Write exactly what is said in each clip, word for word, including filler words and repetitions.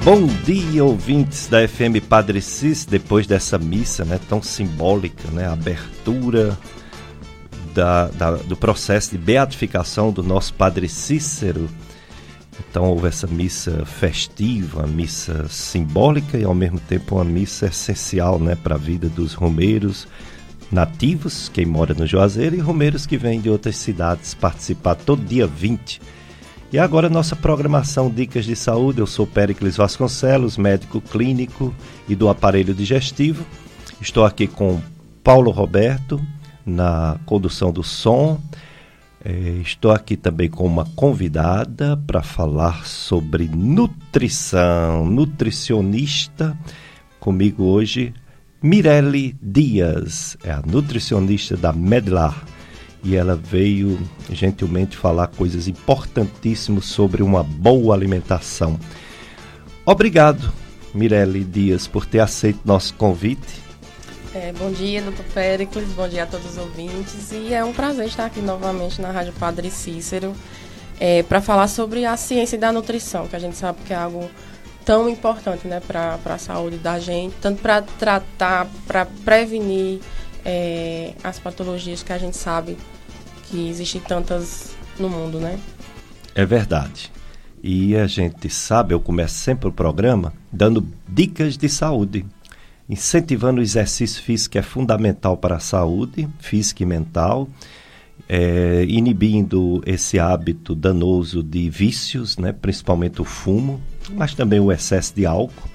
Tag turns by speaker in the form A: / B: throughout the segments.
A: Bom dia, ouvintes da F M Padre Cis, depois dessa missa, né, tão simbólica, né, a abertura da, da, do processo de beatificação do nosso Padre Cícero. Então houve essa missa festiva, uma missa simbólica e ao mesmo tempo uma missa essencial, né, para a vida dos romeiros nativos, quem mora no Juazeiro, e romeiros que vêm de outras cidades participar todo dia vinte. E agora nossa programação Dicas de Saúde. Eu sou Péricles Vasconcelos, médico clínico e do aparelho digestivo. Estou aqui com Paulo Roberto na condução do som. É, estou aqui também com uma convidada para falar sobre nutrição, nutricionista. Comigo hoje, Mirelle Dias, é a nutricionista da Medlar. E ela veio gentilmente falar coisas importantíssimas sobre uma boa alimentação. Obrigado, Mirelle Dias, por ter aceito nosso convite.
B: É, bom dia, doutor Péricles, bom dia a todos os ouvintes. E é um prazer estar aqui novamente na Rádio Padre Cícero é, para falar sobre a ciência da nutrição, que a gente sabe que é algo tão importante, né, para a saúde da gente, tanto para tratar, para prevenir é, as patologias que a gente sabe que existem tantas no mundo, né?
A: É verdade. E a gente sabe, eu começo sempre o programa dando dicas de saúde, incentivando o exercício físico, que é fundamental para a saúde física e mental, é, inibindo esse hábito danoso de vícios, né, principalmente o fumo, mas também o excesso de álcool.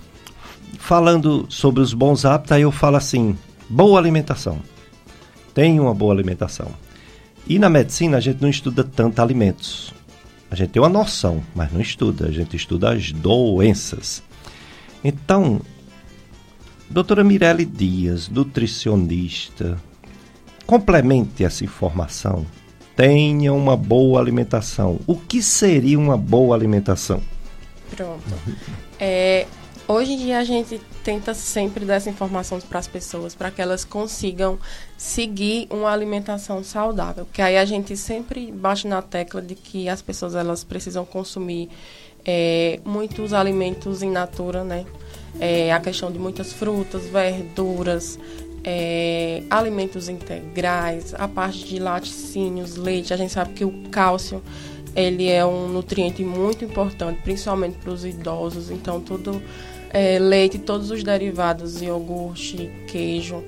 A: Falando sobre os bons hábitos, aí eu falo assim, boa alimentação. Tenha uma boa alimentação. E na medicina a gente não estuda tanto alimentos. A gente tem uma noção, mas não estuda. A gente estuda as doenças. Então, doutora Mirelle Dias, nutricionista, complemente essa informação. Tenha uma boa alimentação. O que seria uma boa alimentação?
B: Pronto. É, hoje em dia a gente tenta sempre dar essa informação para as pessoas, para que elas consigam seguir uma alimentação saudável. Porque aí a gente sempre bate na tecla de que as pessoas elas precisam consumir é, muitos alimentos in natura, né? É, a questão de muitas frutas, verduras, é, alimentos integrais, a parte de laticínios, leite. A gente sabe que o cálcio ele é um nutriente muito importante, principalmente para os idosos. Então, tudo, é, leite, todos os derivados, iogurte, queijo.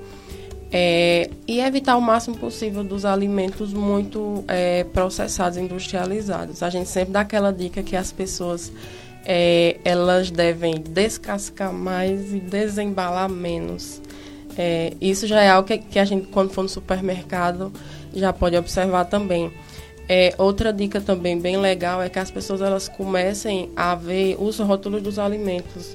B: É, e evitar o máximo possível dos alimentos muito é, processados, industrializados. A gente sempre dá aquela dica que as pessoas é, elas devem descascar mais e desembalar menos. É, isso já é algo que, que a gente, quando for no supermercado, já pode observar também. É, outra dica também bem legal é que as pessoas elas comecem a ver os rótulos dos alimentos,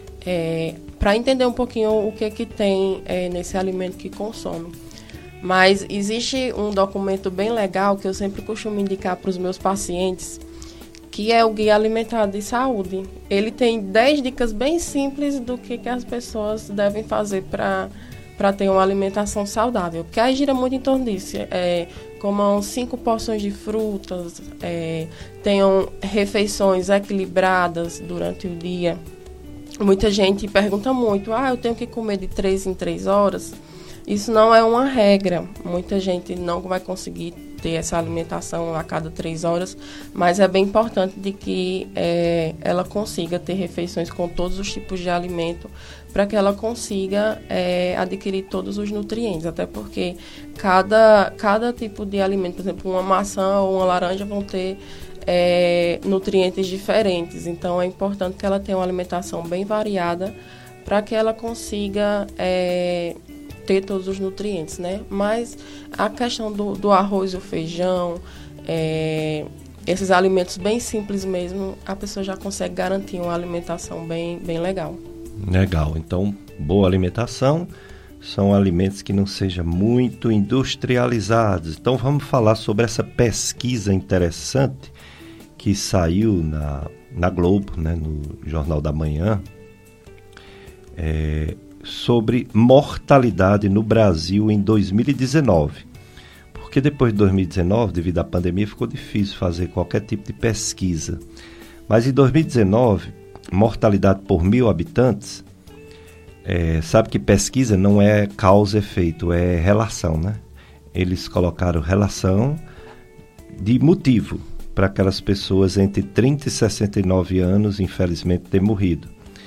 B: é, para entender um pouquinho o que, que tem é, nesse alimento que consome. Mas existe um documento bem legal que eu sempre costumo indicar para os meus pacientes, que é o Guia Alimentar de Saúde. Ele tem dez dicas bem simples do que, que as pessoas devem fazer para para ter uma alimentação saudável. Porque aí gira muito em torno disso. É, comam cinco porções de frutas, é, tenham refeições equilibradas durante o dia. Muita gente pergunta muito, ah, eu tenho que comer de três em três horas? Isso não é uma regra. Muita gente não vai conseguir ter essa alimentação a cada três horas, mas é bem importante de que é, ela consiga ter refeições com todos os tipos de alimento, para que ela consiga é, adquirir todos os nutrientes, até porque cada, cada tipo de alimento, por exemplo, uma maçã ou uma laranja vão ter é, nutrientes diferentes, então é importante que ela tenha uma alimentação bem variada para que ela consiga é, ter todos os nutrientes, né? Mas a questão do, do arroz e o feijão, é, esses alimentos bem simples mesmo, a pessoa já consegue garantir uma alimentação bem, bem legal.
A: Legal, então boa alimentação são alimentos que não sejam muito industrializados. Então vamos falar sobre essa pesquisa interessante que saiu na, na Globo, né, no Jornal da Manhã, é, sobre mortalidade no Brasil em dois mil e dezenove. Porque depois de dois mil e dezenove, devido à pandemia, ficou difícil fazer qualquer tipo de pesquisa. Mas em dois mil e dezenove, mortalidade por mil habitantes, é, sabe que pesquisa não é causa e efeito, é relação, né? Eles colocaram relação de motivo para aquelas pessoas entre trinta e sessenta e nove anos, infelizmente, ter morrido.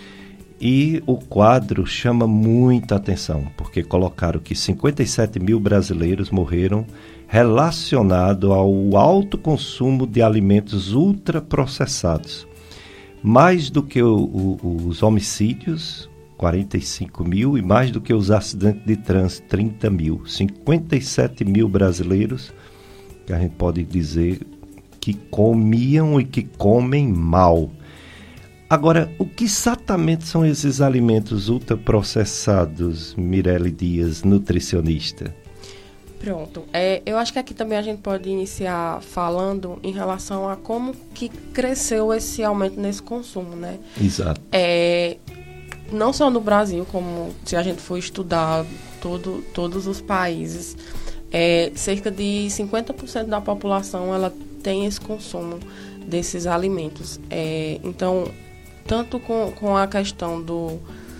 A: E o quadro chama muita atenção, porque colocaram que cinquenta e sete mil brasileiros morreram relacionado ao alto consumo de alimentos ultraprocessados. Mais do que o, o, os homicídios, quarenta e cinco mil, e mais do que os acidentes de trânsito, trinta mil. cinquenta e sete mil brasileiros, que a gente pode dizer que comiam e que comem mal. Agora, o que exatamente são esses alimentos ultraprocessados, Mirelle Dias, nutricionista?
B: Pronto. É, eu acho que aqui também a gente pode iniciar falando em relação a como que cresceu esse aumento nesse consumo, né?
A: Exato.
B: É, não só no Brasil, como se a gente for estudar todo, todos os países, é, cerca de cinquenta por cento da população ela tem esse consumo desses alimentos. É, então, tanto com, com a questão do,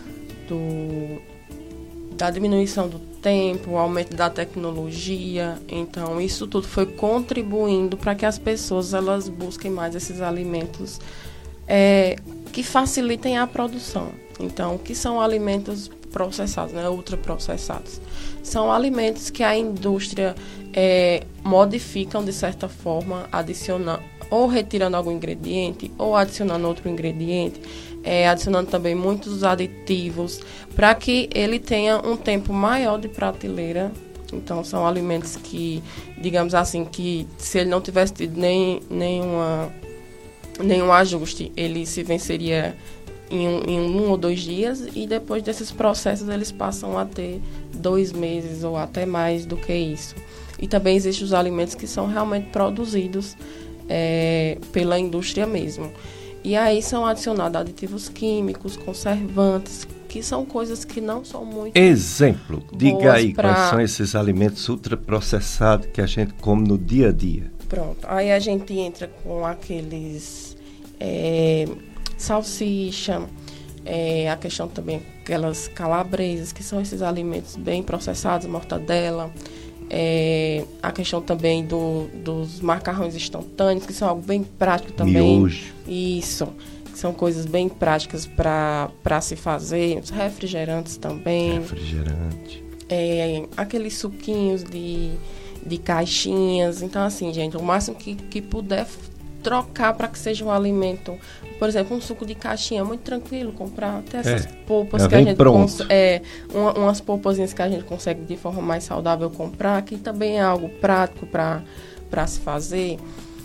B: do, da diminuição do tempo, o aumento da tecnologia, então isso tudo foi contribuindo para que as pessoas elas busquem mais esses alimentos é, que facilitem a produção. Então, o que são alimentos processados, né, ultraprocessados? São alimentos que a indústria é, modificam de certa forma, adicionando ou retirando algum ingrediente, ou adicionando outro ingrediente, é, adicionando também muitos aditivos, para que ele tenha um tempo maior de prateleira. Então, são alimentos que, digamos assim, que se ele não tivesse tido nem, nenhuma, nenhum ajuste, ele se venceria em um, em um ou dois dias, e depois desses processos eles passam a ter dois meses ou até mais do que isso. E também existem os alimentos que são realmente produzidos É, pela indústria mesmo. E aí são adicionados aditivos químicos, conservantes, que são coisas que não são muito
A: Exemplo, diga aí
B: pra...
A: quais são esses alimentos ultraprocessados que a gente come no dia a dia.
B: Pronto, aí a gente entra com aqueles é, salsicha, é, a questão também aquelas calabresas, que são esses alimentos bem processados, mortadela. É, a questão também do, dos macarrões instantâneos, que são algo bem prático também.
A: Miojo.
B: Isso, que são coisas bem práticas para se fazer. Os refrigerantes também.
A: Refrigerante.
B: É, aqueles suquinhos de, de caixinhas. Então, assim, gente, o máximo que, que puder trocar para que seja um alimento. Por exemplo, um suco de caixinha é muito tranquilo comprar. Até essas
A: é,
B: polpas que a gente consegue. É, uma, umas polpazinhas que a gente consegue de forma mais saudável comprar, que também é algo prático para se fazer.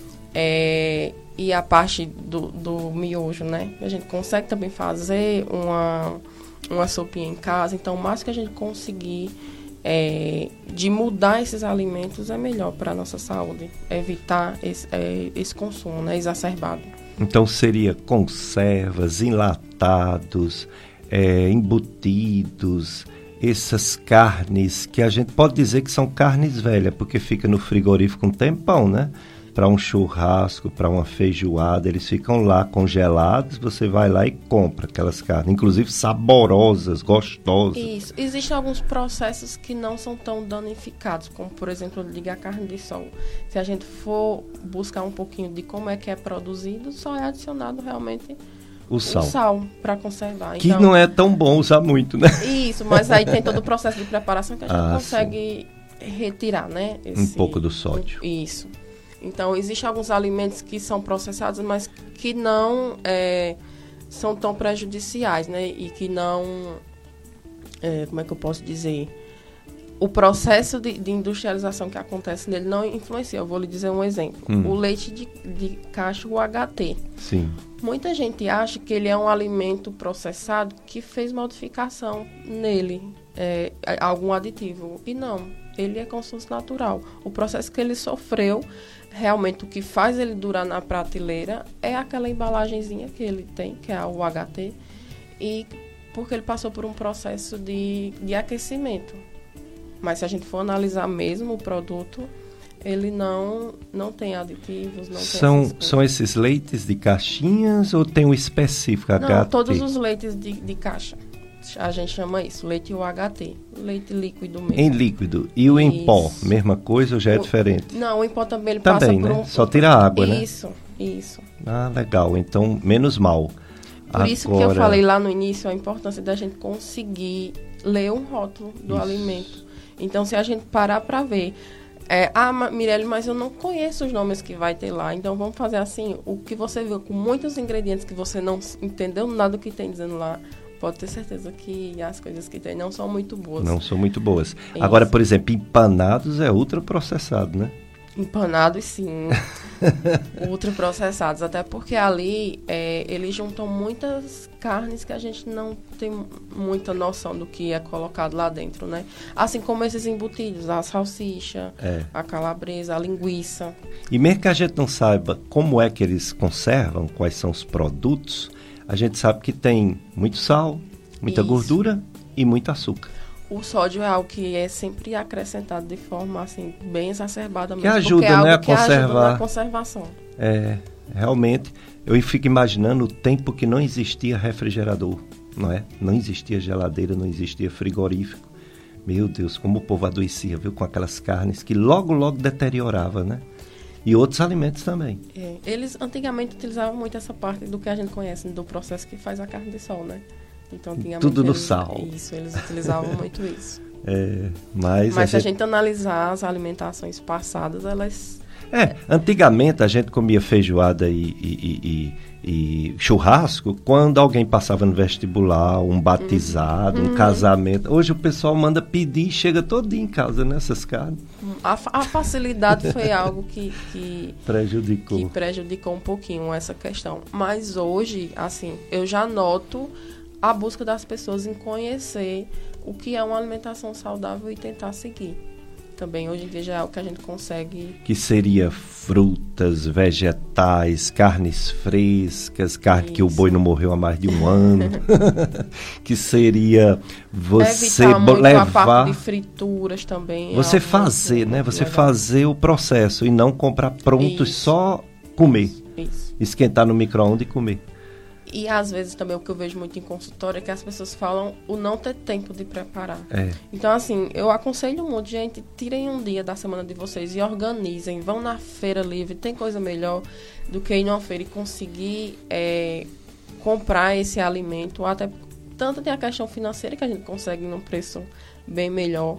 B: É, e a parte do, do miojo, né? A gente consegue também fazer uma, uma sopinha em casa. Então, o máximo que a gente conseguir É, de mudar esses alimentos é melhor para a nossa saúde, evitar esse, é, esse consumo, né, exacerbado.
A: Então seria conservas, enlatados, é, embutidos, essas carnes que a gente pode dizer que são carnes velhas, porque fica no frigorífico um tempão, né? Para um churrasco, para uma feijoada, eles ficam lá congelados, você vai lá e compra aquelas carnes, inclusive saborosas, gostosas.
B: Isso. Existem alguns processos que não são tão danificados, como, por exemplo, ligar carne de sol. Se a gente for buscar um pouquinho de como é que é produzido, só é adicionado realmente
A: o sal,
B: o sal para conservar.
A: Que
B: então,
A: não é tão bom usar muito, né?
B: Isso, mas aí tem todo o processo de preparação que a gente
A: ah,
B: consegue sim. retirar, né? Esse,
A: um pouco do sódio.
B: Isso. Então, existem alguns alimentos que são processados, mas que não é, são tão prejudiciais, né? E que não... É, como é que eu posso dizer? O processo de, de industrialização que acontece nele não influencia. Eu vou lhe dizer um exemplo. Hum. O leite de, de caixa, o H T.
A: Sim.
B: Muita gente acha que ele é um alimento processado que fez modificação nele, é, algum aditivo. E não, ele é como se fosse natural. O processo que ele sofreu, realmente o que faz ele durar na prateleira é aquela embalagenzinha que ele tem, que é o H T, e porque ele passou por um processo de, de aquecimento. Mas se a gente for analisar mesmo o produto, ele não, não tem aditivos, não
A: são,
B: tem
A: são esses leites de caixinhas ou tem um específico H T?
B: Não, todos os leites de, de caixa. A gente chama isso, leite U H T, leite líquido mesmo.
A: Em líquido. E o em
B: isso.
A: pó, mesma coisa ou já é
B: o,
A: diferente?
B: Não, o em pó também ele
A: também,
B: passa
A: né?
B: por um...
A: Só tira a água,
B: isso,
A: né?
B: Isso, isso.
A: Ah, legal. Então, menos mal.
B: Por
A: Agora...
B: isso que eu falei lá no início a importância da gente conseguir ler um rótulo do isso. alimento. Então, se a gente parar para ver... É, ah, Mirelle, mas eu não conheço os nomes que vai ter lá. Então, vamos fazer assim, o que você viu com muitos ingredientes que você não entendeu nada do que tem dizendo lá, pode ter certeza que as coisas que tem não são muito boas.
A: Não são muito boas.
B: É
A: Agora,
B: isso.
A: por exemplo, empanados é ultraprocessado, né?
B: Empanados, sim. Ultraprocessados. Até porque ali é, eles juntam muitas carnes que a gente não tem muita noção do que é colocado lá dentro, né? Assim como esses embutidos, a salsicha, é. a calabresa, a linguiça.
A: E mesmo que a gente não saiba como é que eles conservam, quais são os produtos, a gente sabe que tem muito sal, muita Isso. gordura e muito açúcar.
B: O sódio é algo que é sempre acrescentado de forma assim, bem exacerbada mesmo.
A: Que ajuda, é né, a
B: que
A: conservar.
B: Ajuda na conservação.
A: É, realmente. Eu fico imaginando o tempo que não existia refrigerador, não é? Não existia geladeira, não existia frigorífico. Meu Deus, como o povo adoecia, viu? Com aquelas carnes que logo, logo deteriorava, né? E outros alimentos também.
B: É, eles antigamente utilizavam muito essa parte do que a gente conhece, do processo que faz a carne de sol, né? Então,
A: tudo no
B: eles,
A: sal.
B: Isso, eles utilizavam muito isso.
A: É, mas
B: mas
A: a
B: se a
A: gente...
B: gente analisar as alimentações passadas, elas...
A: É, antigamente a gente comia feijoada e, e, e, e churrasco quando alguém passava no vestibular, um batizado, uhum. um casamento. Hoje o pessoal manda pedir e chega todo dia em casa nessas carnes.
B: A, a facilidade foi algo que, que,
A: prejudicou.
B: que prejudicou um pouquinho essa questão. Mas hoje, assim, eu já noto a busca das pessoas em conhecer o que é uma alimentação saudável e tentar seguir. Também hoje em dia já é o que a gente consegue...
A: Que seria frutas, vegetais, carnes frescas, carne Isso. que o boi não morreu há mais de um ano. Que seria você
B: Evitar muito
A: levar...
B: a parte de frituras também.
A: Você é fazer, né? Você legal. fazer o processo e não comprar pronto e só comer.
B: Isso. Isso.
A: Esquentar no micro-ondas e comer.
B: E às vezes também o que eu vejo muito em consultório é que as pessoas falam o não ter tempo de preparar.
A: É.
B: Então, assim, eu aconselho muito, gente, tirem um dia da semana de vocês e organizem, vão na feira livre, tem coisa melhor do que ir numa feira e conseguir é, comprar esse alimento. Até tanto tem a questão financeira que a gente consegue num preço bem melhor.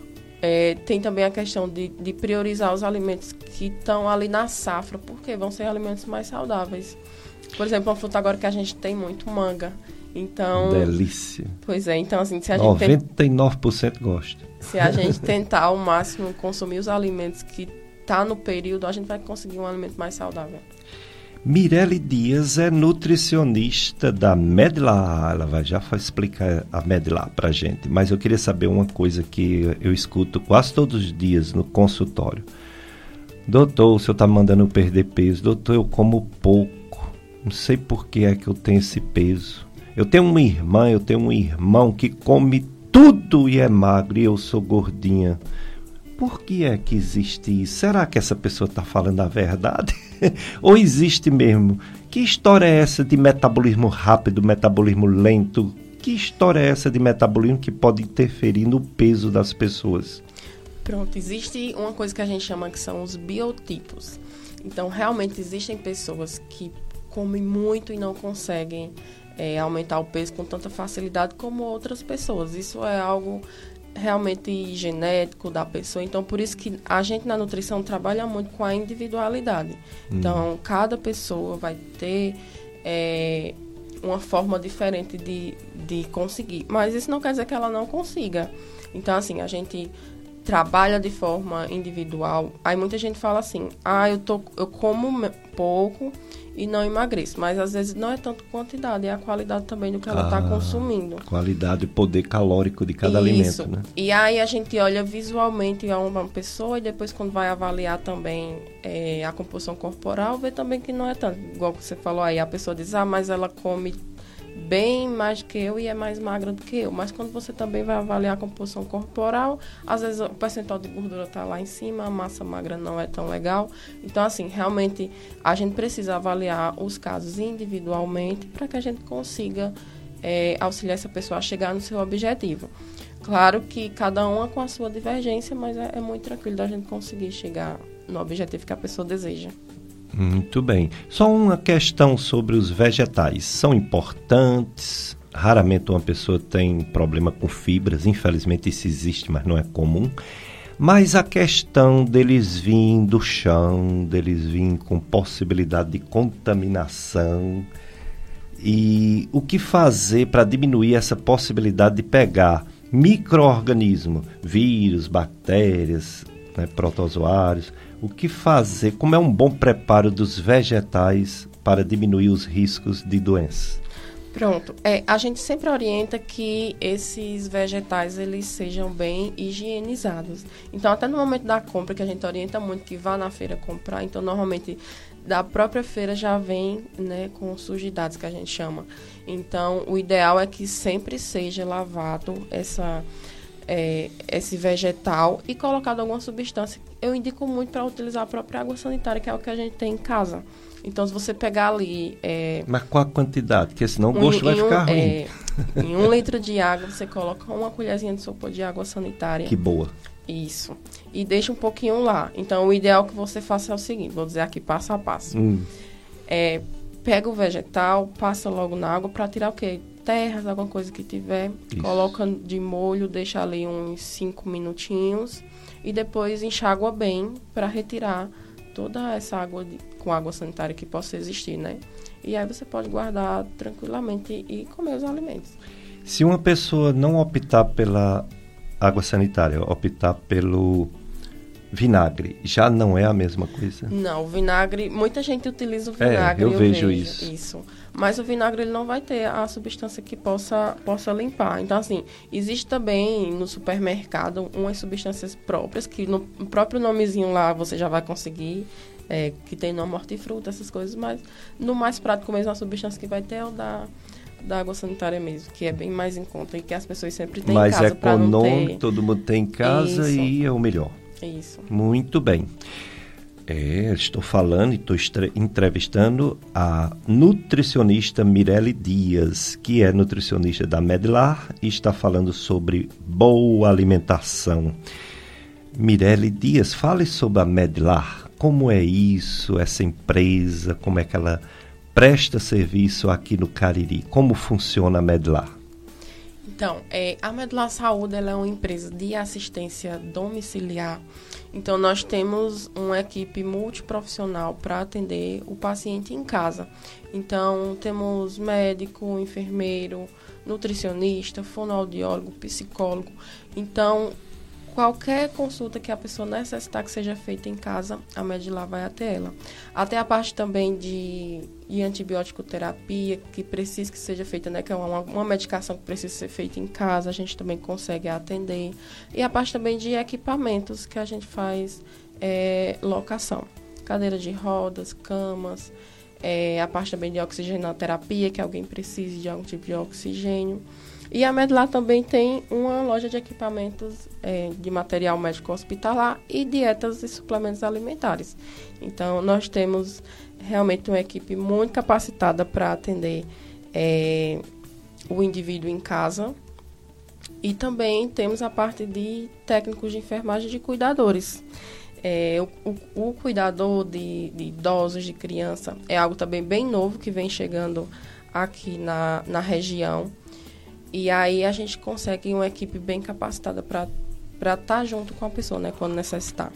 B: É, tem também a questão de, de priorizar os alimentos que estão ali na safra, porque vão ser alimentos mais saudáveis. Por exemplo, uma fruta agora que a gente tem muito, manga. Então...
A: Delícia.
B: Pois é, então assim, se a gente...
A: noventa e nove por cento gosta.
B: Se a gente tentar ao máximo consumir os alimentos que tá no período, a gente vai conseguir um alimento mais saudável.
A: Mirelle Dias é nutricionista da Medlar. Ela vai já explicar a Medlar pra gente. Mas eu queria saber uma coisa que eu escuto quase todos os dias no consultório. Doutor, o senhor tá mandando eu perder peso. Doutor, eu como pouco. Não sei por que é que eu tenho esse peso. Eu tenho uma irmã, eu tenho um irmão que come tudo e é magro e eu sou gordinha. Por que é que existe isso? Será que essa pessoa está falando a verdade? Ou existe mesmo? Que história é essa de metabolismo rápido, metabolismo lento? Que história é essa de metabolismo que pode interferir no peso das pessoas?
B: Pronto, existe uma coisa que a gente chama que são os biotipos. Então, realmente existem pessoas que comem muito e não conseguem é, aumentar o peso com tanta facilidade como outras pessoas. Isso é algo realmente genético da pessoa. Então, por isso que a gente na nutrição trabalha muito com a individualidade. Hum. Então, cada pessoa vai ter é, uma forma diferente de, de conseguir. Mas isso não quer dizer que ela não consiga. Então, assim, a gente trabalha de forma individual. Aí muita gente fala assim, ah, eu, tô, eu como pouco e não emagreço. Mas às vezes não é tanto quantidade, é a qualidade também do que ela está ah, consumindo.
A: Qualidade e poder calórico de cada
B: Isso.
A: alimento, né? E
B: aí a gente olha visualmente a uma pessoa e depois quando vai avaliar também é, a composição corporal, vê também que não é tanto. Igual que você falou aí, a pessoa diz, ah, mas ela come bem mais que eu e é mais magra do que eu. Mas quando você também vai avaliar a composição corporal, às vezes o percentual de gordura está lá em cima, a massa magra não é tão legal. Então, assim, realmente a gente precisa avaliar os casos individualmente para que a gente consiga é, auxiliar essa pessoa a chegar no seu objetivo. Claro que cada uma com a sua divergência, mas é, é muito tranquilo da gente conseguir chegar no objetivo que a pessoa deseja.
A: Muito bem. Só uma questão sobre os vegetais. São importantes? Raramente uma pessoa tem problema com fibras. Infelizmente isso existe, mas não é comum. Mas a questão deles virem do chão, deles virem com possibilidade de contaminação. E o que fazer para diminuir essa possibilidade de pegar micro-organismo, vírus, bactérias, né, protozoários? O que fazer? Como é um bom preparo dos vegetais para diminuir os riscos de doenças?
B: Pronto. É, a gente sempre orienta que esses vegetais eles sejam bem higienizados. Então, até no momento da compra, que a gente orienta muito que vá na feira comprar, então, normalmente, da própria feira já vem, né, com sujidades, que a gente chama. Então, o ideal é que sempre seja lavado essa... É, esse vegetal e colocado alguma substância. Eu indico muito para utilizar a própria água sanitária, que é o que a gente tem em casa. Então, se você pegar ali... É,
A: Mas qual a quantidade? Porque senão o gosto um, vai ficar
B: um,
A: ruim.
B: É, em um litro de água, você coloca uma colherzinha de sopa de água sanitária.
A: Que boa.
B: Isso. E deixa um pouquinho lá. Então, o ideal que você faça é o seguinte, vou dizer aqui passo a passo.
A: Hum.
B: É, pega o vegetal, passa logo na água para tirar o quê? Terras, alguma coisa que tiver, isso. Coloca de molho, deixa ali uns cinco minutinhos e depois enxágua bem para retirar toda essa água de, com água sanitária que possa existir, né? E aí você pode guardar tranquilamente e comer os alimentos.
A: Se uma pessoa não optar pela água sanitária, optar pelo vinagre, já não é a mesma coisa?
B: Não, o vinagre, muita gente utiliza o vinagre.
A: É, eu,
B: eu
A: vejo,
B: vejo
A: isso.
B: isso. Mas o vinagre ele não vai ter a substância que possa, possa limpar. Então, assim, existe também no supermercado umas substâncias próprias, que no próprio nomezinho lá você já vai conseguir, é, que tem nome hortifruta, essas coisas, mas no mais prático mesmo a substância que vai ter é o da, da água sanitária mesmo, que é bem mais em conta e que as pessoas sempre têm
A: mais
B: em casa. Mais
A: econômico,
B: ter...
A: todo mundo tem em casa isso. E é o melhor.
B: Isso.
A: Muito bem. É, estou falando e estou entrevistando a nutricionista Mirelle Dias, que é nutricionista da Medlar e está falando sobre boa alimentação. Mirelle Dias, fale sobre a Medlar. Como é isso, essa empresa, como é que ela presta serviço aqui no Cariri? Como funciona a Medlar?
B: Então, é, a Medlar Saúde ela é uma empresa de assistência domiciliar. Então, nós temos uma equipe multiprofissional para atender o paciente em casa. Então, temos médico, enfermeiro, nutricionista, fonoaudiólogo, psicólogo. Então, qualquer consulta que a pessoa necessitar que seja feita em casa, a Medlar vai até ela. Até a parte também de, de antibiótico terapia, que precisa que seja feita, né? Que é uma, uma medicação que precisa ser feita em casa, a gente também consegue atender. E a parte também de equipamentos, que a gente faz é, locação. Cadeira de rodas, camas, é, a parte também de oxigenoterapia, que alguém precise de algum tipo de oxigênio. E a Medlar também tem uma loja de equipamentos é, de material médico hospitalar e dietas e suplementos alimentares. Então, nós temos realmente uma equipe muito capacitada para atender é, o indivíduo em casa. E também temos a parte de técnicos de enfermagem e de cuidadores. É, o, o, o cuidador de, de idosos, de criança, é algo também bem novo que vem chegando aqui na, na região. E aí a gente consegue uma equipe bem capacitada para estar junto com a pessoa, né, quando necessitar.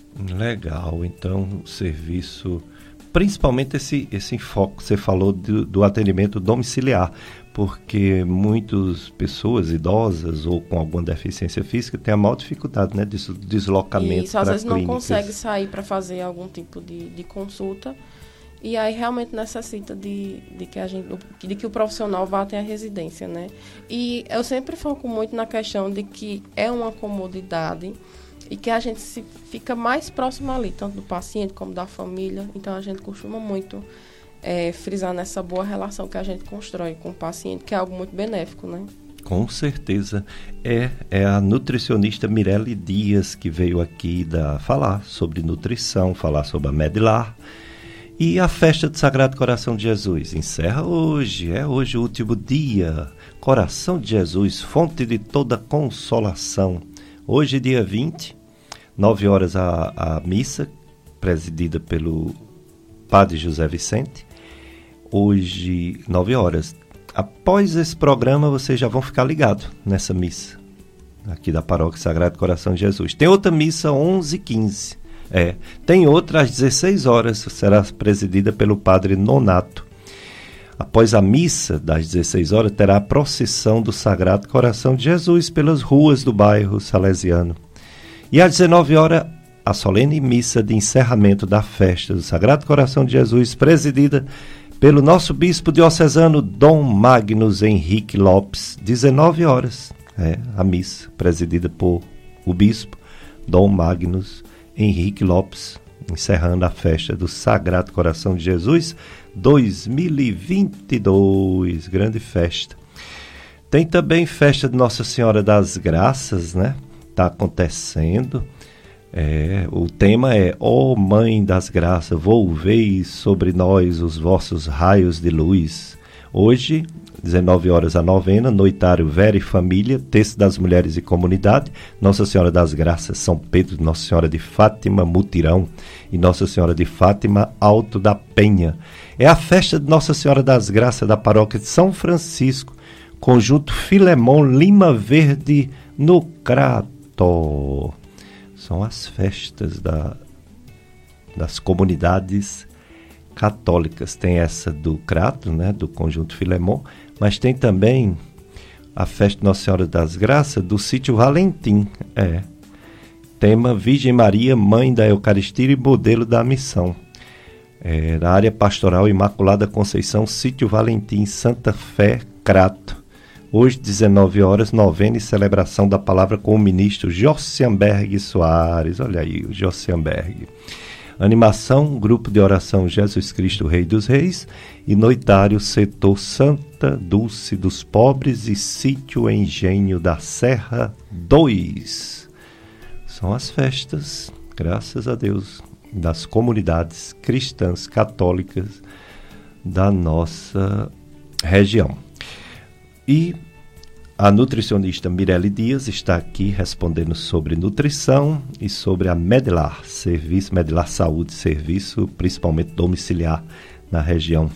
A: Legal, então o serviço, principalmente esse, esse enfoque que você falou do, do atendimento domiciliar, porque muitas pessoas idosas ou com alguma deficiência física têm a maior dificuldade, né, de deslocamento.
B: Isso, às vezes
A: clínicas.
B: Não consegue sair para fazer algum tipo de, de consulta. E aí realmente necessita de, de, que a gente, de que o profissional vá até a residência, né? E eu sempre foco muito na questão de que é uma comodidade e que a gente se fica mais próximo ali, tanto do paciente como da família. Então a gente costuma muito é, frisar nessa boa relação que a gente constrói com o paciente, que é algo muito benéfico, né?
A: Com certeza. É, é a nutricionista Mirelle Dias que veio aqui da, falar sobre nutrição, falar sobre a Medilar. E a festa do Sagrado Coração de Jesus encerra hoje, é hoje o último dia. Coração de Jesus, fonte de toda consolação. Hoje, dia vinte, nove horas a, a missa, presidida pelo Padre José Vicente. Hoje, nove horas. Após esse programa, vocês já vão ficar ligados nessa missa, aqui da Paróquia Sagrado Coração de Jesus. Tem outra missa, onze e quinze. É. Tem outra às dezesseis horas, será presidida pelo Padre Nonato. Após a missa das dezesseis horas, terá a procissão do Sagrado Coração de Jesus pelas ruas do bairro Salesiano. E às dezenove horas, a solene missa de encerramento da festa do Sagrado Coração de Jesus, presidida pelo nosso bispo diocesano Dom Magnus Henrique Lopes, dezenove horas, é, a missa, presidida por o bispo Dom Magnus Henrique Lopes, encerrando a festa do Sagrado Coração de Jesus dois mil e vinte e dois, grande festa. Tem também festa de Nossa Senhora das Graças, né? Está acontecendo. É, o tema é: ó Mãe das Graças, volvei sobre nós os vossos raios de luz. Hoje, dezenove horas a novena, noitário Vera e Família, Texto das Mulheres e Comunidade, Nossa Senhora das Graças, São Pedro, Nossa Senhora de Fátima, Mutirão e Nossa Senhora de Fátima, Alto da Penha. É a festa de Nossa Senhora das Graças da Paróquia de São Francisco, Conjunto Filemon Lima Verde, no Crato. São as festas da, das comunidades católicas. Tem essa do Crato, né, do Conjunto Filemon, mas tem também a festa de Nossa Senhora das Graças do Sítio Valentim. É. Tema Virgem Maria, Mãe da Eucaristia e Modelo da Missão. É, na área pastoral Imaculada Conceição, Sítio Valentim, Santa Fé, Crato. Hoje, dezenove horas, novena e celebração da palavra com o ministro Josianberg Soares. Olha aí, o Josianberg. Animação, grupo de oração Jesus Cristo, Rei dos Reis. E noitário, setor Santa Dulce dos Pobres e Sítio Engenho da Serra dois. São as festas, graças a Deus, das comunidades cristãs católicas da nossa região. E a nutricionista Mirelle Dias está aqui respondendo sobre nutrição e sobre a Medilar, serviço Medilar Saúde, serviço principalmente domiciliar na região.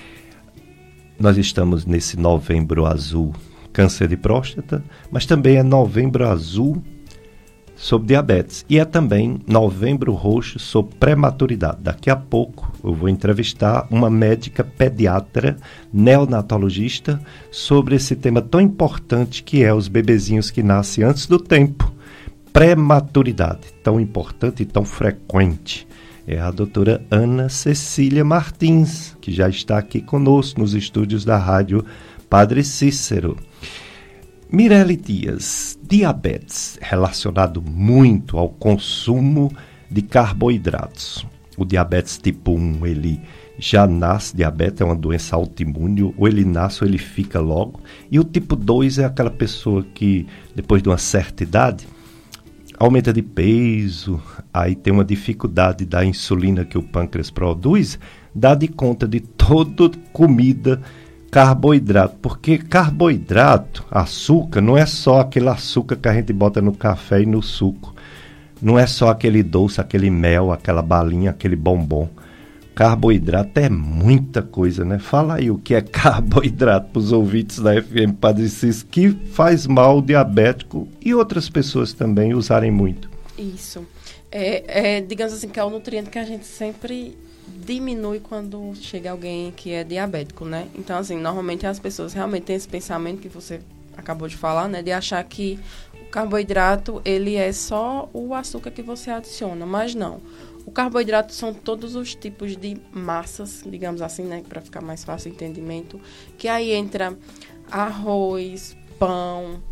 A: Nós estamos nesse novembro azul, câncer de próstata, mas também é novembro azul sobre diabetes. E é também novembro roxo sobre prematuridade. Daqui a pouco eu vou entrevistar uma médica pediatra, neonatologista, sobre esse tema tão importante que é os bebezinhos que nascem antes do tempo. Prematuridade, tão importante e tão frequente. É a doutora Ana Cecília Martins, que já está aqui conosco nos estúdios da Rádio Padre Cícero. Mirelle Dias, diabetes relacionado muito ao consumo de carboidratos. O diabetes tipo um, ele já nasce, diabetes é uma doença autoimune, ou ele nasce ou ele fica logo. E o tipo dois é aquela pessoa que, depois de uma certa idade, aumenta de peso, aí tem uma dificuldade da insulina que o pâncreas produz, dá de conta de toda comida carboidrato, porque carboidrato, açúcar, não é só aquele açúcar que a gente bota no café e no suco. Não é só aquele doce, aquele mel, aquela balinha, aquele bombom. Carboidrato é muita coisa, né? Fala aí o que é carboidrato para os ouvintes da F M Padre Cícero, que faz mal o diabético e outras pessoas também usarem muito.
B: Isso. É, é, digamos assim, que é o nutriente que a gente sempre diminui quando chega alguém que é diabético, né? Então, assim, normalmente as pessoas realmente têm esse pensamento que você acabou de falar, né? De achar que o carboidrato, ele é só o açúcar que você adiciona, mas não. O carboidrato são todos os tipos de massas, digamos assim, né? Para ficar mais fácil o entendimento, que aí entra arroz, pão,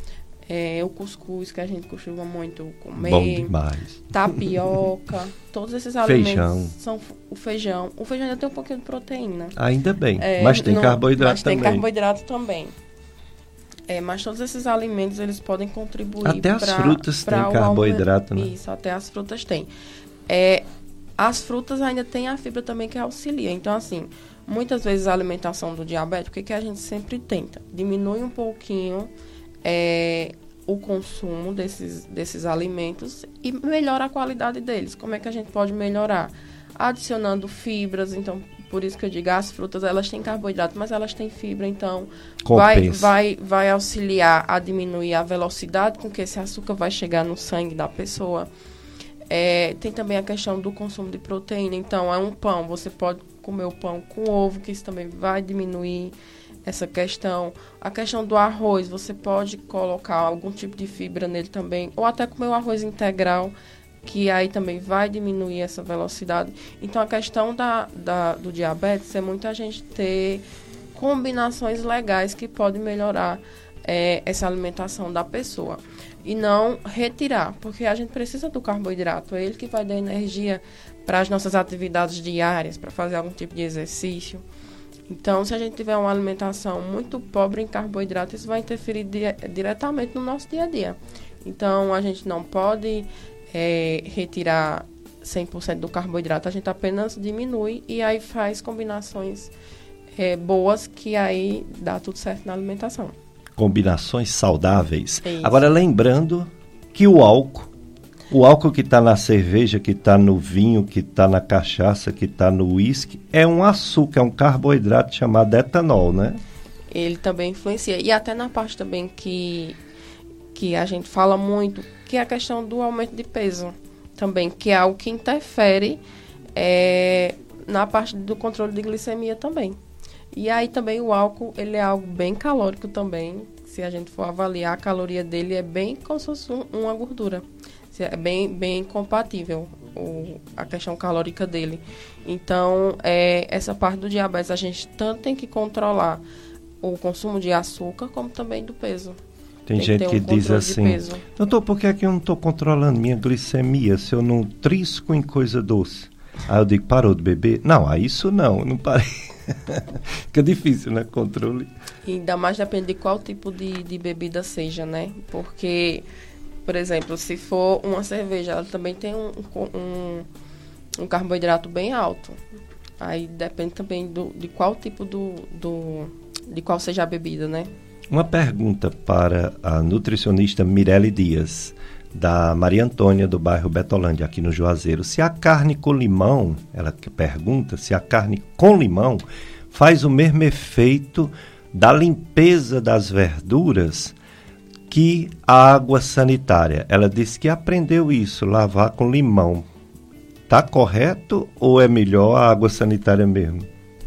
B: é, o cuscuz, que a gente costuma muito comer.
A: Bom demais.
B: Tapioca, todos esses alimentos. Feijão. São o feijão. O feijão ainda tem um pouquinho de proteína.
A: Ainda bem, é, mas tem não, carboidrato
B: mas
A: também.
B: Mas tem carboidrato também. É, mas todos esses alimentos, eles podem contribuir.
A: Até as pra, frutas têm carboidrato, né?
B: Isso, até as frutas têm. É, as frutas ainda têm a fibra também que auxilia. Então, assim, muitas vezes a alimentação do diabético, o que, que a gente sempre tenta? Diminui um pouquinho é, o consumo desses, desses alimentos e melhora a qualidade deles. Como é que a gente pode melhorar? Adicionando fibras, então, por isso que eu digo, as frutas, elas têm carboidrato, mas elas têm fibra, então vai, vai, vai auxiliar a diminuir a velocidade com que esse açúcar vai chegar no sangue da pessoa. É, tem também a questão do consumo de proteína, então é um pão, você pode comer o pão com ovo, que isso também vai diminuir essa questão. A questão do arroz, você pode colocar algum tipo de fibra nele também, ou até comer o arroz integral, que aí também vai diminuir essa velocidade. Então, a questão da, da, do diabetes é muita gente ter combinações legais que podem melhorar é, essa alimentação da pessoa. E não retirar, porque a gente precisa do carboidrato, é ele que vai dar energia para as nossas atividades diárias, para fazer algum tipo de exercício. Então, se a gente tiver uma alimentação muito pobre em carboidrato, isso vai interferir di- diretamente no nosso dia a dia. Então, a gente não pode é, retirar cem por cento do carboidrato, a gente apenas diminui e aí faz combinações é, boas que aí dá tudo certo na alimentação.
A: Combinações saudáveis. Isso. Agora, lembrando que o álcool, o álcool que está na cerveja, que está no vinho, que está na cachaça, que está no uísque, é um açúcar, é um carboidrato chamado etanol, né?
B: Ele também influencia. E até na parte também que, que a gente fala muito, que é a questão do aumento de peso também, que é algo que interfere é, na parte do controle de glicemia também. E aí também o álcool, ele é algo bem calórico também. Se a gente for avaliar, a caloria dele é bem como se fosse um, uma gordura. É bem, bem compatível o, a questão calórica dele. Então, é, essa parte do diabetes, a gente tanto tem que controlar o consumo de açúcar, como também do peso.
A: Tem, tem gente que, que um diz assim, doutor, por que é que eu não estou controlando minha glicemia se eu não trisco em coisa doce? Aí eu digo, parou de beber? Não, aí isso não, não parei. Fica difícil, né? Controle.
B: E ainda mais depende de qual tipo de, de bebida seja, né? Porque, por exemplo, se for uma cerveja, ela também tem um, um, um carboidrato bem alto. Aí depende também do, de qual tipo do, do... de qual seja a bebida, né?
A: Uma pergunta para a nutricionista Mirelle Dias, da Maria Antônia, do bairro Betolândia, aqui no Juazeiro. Se a carne com limão, ela pergunta, se a carne com limão faz o mesmo efeito da limpeza das verduras que a água sanitária. Ela disse que aprendeu isso, lavar com limão. Tá correto ou é melhor a água sanitária mesmo?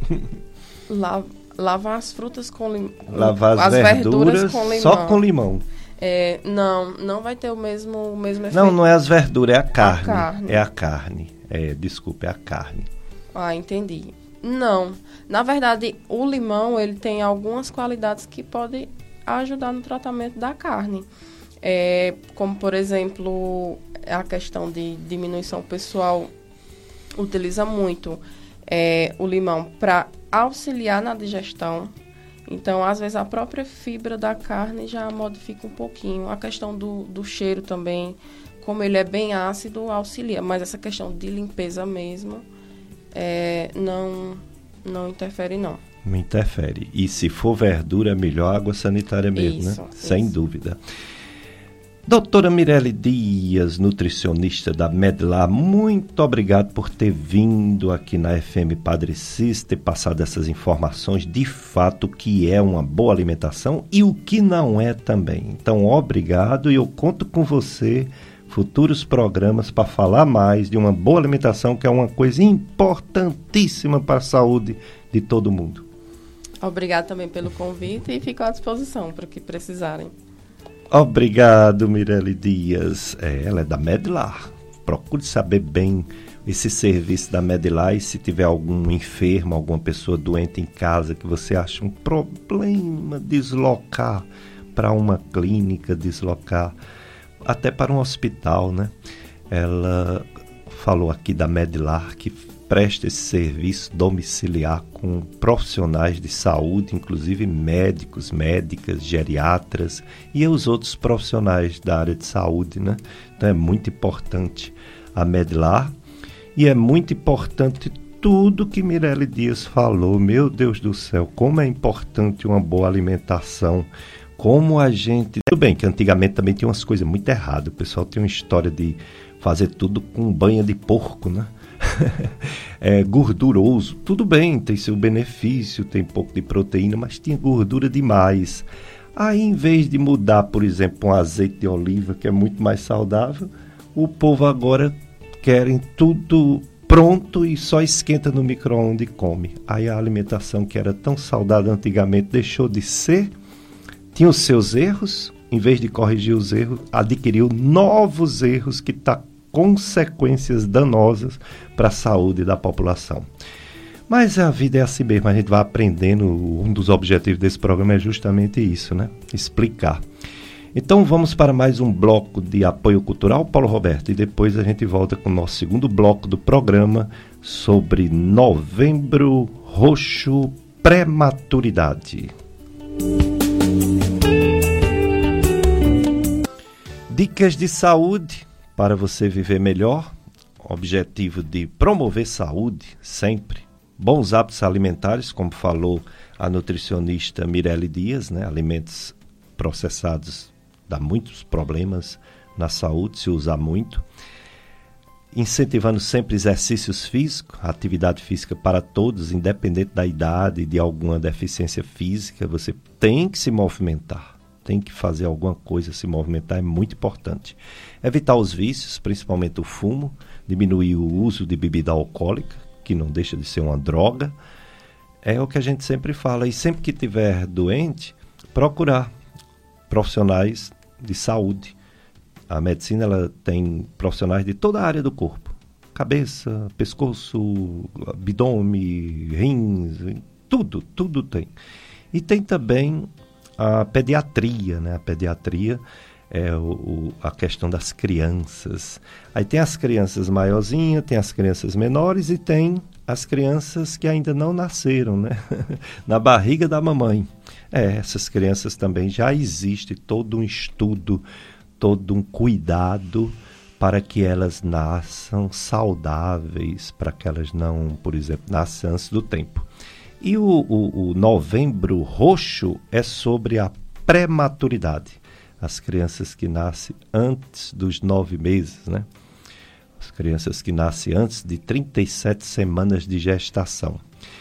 B: La- lavar as frutas com limão.
A: Lavar as, as verduras, verduras com limão. Só com limão.
B: É, não, não vai ter o mesmo, o mesmo efeito.
A: Não, não é as verduras, é a carne.
B: A carne.
A: É a carne. É, desculpa, é a carne.
B: Ah, entendi. Não. Na verdade, o limão, ele tem algumas qualidades que podem ajudar no tratamento da carne. É, como, por exemplo, a questão de diminuição. O pessoal utiliza muito é, o limão para auxiliar na digestão. Então, às vezes, a própria fibra da carne já modifica um pouquinho. A questão do, do cheiro também, como ele é bem ácido, auxilia. Mas essa questão de limpeza mesmo, é, não, não interfere, não.
A: Não interfere. E se for verdura, é melhor água sanitária mesmo,
B: isso,
A: né?
B: Isso.
A: Sem dúvida. Doutora Mirelle Dias, nutricionista da Medlar, muito obrigado por ter vindo aqui na F M Padre Cis, ter passado essas informações de fato, o que é uma boa alimentação e o que não é também. Então, obrigado e eu conto com você, futuros programas, para falar mais de uma boa alimentação, que é uma coisa importantíssima para a saúde de todo mundo.
B: Obrigado também pelo convite e fico à disposição para o que precisarem.
A: Obrigado, Mirelle Dias. É, ela é da Medlar. Procure saber bem esse serviço da Medlar e se tiver algum enfermo, alguma pessoa doente em casa que você acha um problema deslocar para uma clínica, deslocar até para um hospital, né? Ela falou aqui da Medilar, que presta esse serviço domiciliar com profissionais de saúde, inclusive médicos, médicas, geriatras e os outros profissionais da área de saúde, né? Então é muito importante a Medilar e é muito importante tudo que Mirelle Dias falou. Meu Deus do céu, como é importante uma boa alimentação, como a gente... Tudo bem que antigamente também tinha umas coisas muito erradas, o pessoal tem uma história de fazer tudo com banha de porco, né? É gorduroso, tudo bem, tem seu benefício, tem pouco de proteína, mas tinha gordura demais. Aí, em vez de mudar, por exemplo, um azeite de oliva, que é muito mais saudável, o povo agora querem tudo pronto e só esquenta no micro-ondas e come. Aí a alimentação que era tão saudável antigamente deixou de ser, tinha os seus erros, em vez de corrigir os erros, adquiriu novos erros que estão tá consequências danosas para a saúde da população. Mas a vida é assim mesmo, a gente vai aprendendo. Um dos objetivos desse programa é justamente isso, né? Explicar. Então vamos para mais um bloco de apoio cultural, Paulo Roberto, e depois a gente volta com o nosso segundo bloco do programa sobre Novembro Roxo, prematuridade. Dicas de saúde para você viver melhor, objetivo de promover saúde sempre, bons hábitos alimentares, como falou a nutricionista Mirelle Dias, né? Alimentos processados dá muitos problemas na saúde, se usar muito. Incentivando sempre exercícios físicos, atividade física para todos, independente da idade e de alguma deficiência física, você tem que se movimentar. Tem que fazer alguma coisa, se movimentar, é muito importante. Evitar os vícios, principalmente o fumo, diminuir o uso de bebida alcoólica, que não deixa de ser uma droga. É o que a gente sempre fala. E sempre que estiver doente, procurar profissionais de saúde. A medicina ela tem profissionais de toda a área do corpo. Cabeça, pescoço, abdômen, rins, tudo, tudo tem. E tem também a pediatria, né? A pediatria é o, o, a questão das crianças. Aí tem as crianças maiorzinhas, tem as crianças menores e tem as crianças que ainda não nasceram, né? Na barriga da mamãe. É, essas crianças também já existe todo um estudo, todo um cuidado para que elas nasçam saudáveis, para que elas não, por exemplo, nasçam antes do tempo. E o, o, o Novembro Roxo é sobre a prematuridade. As crianças que nascem antes dos nove meses, né? As crianças que nascem antes de trinta e sete semanas de gestação.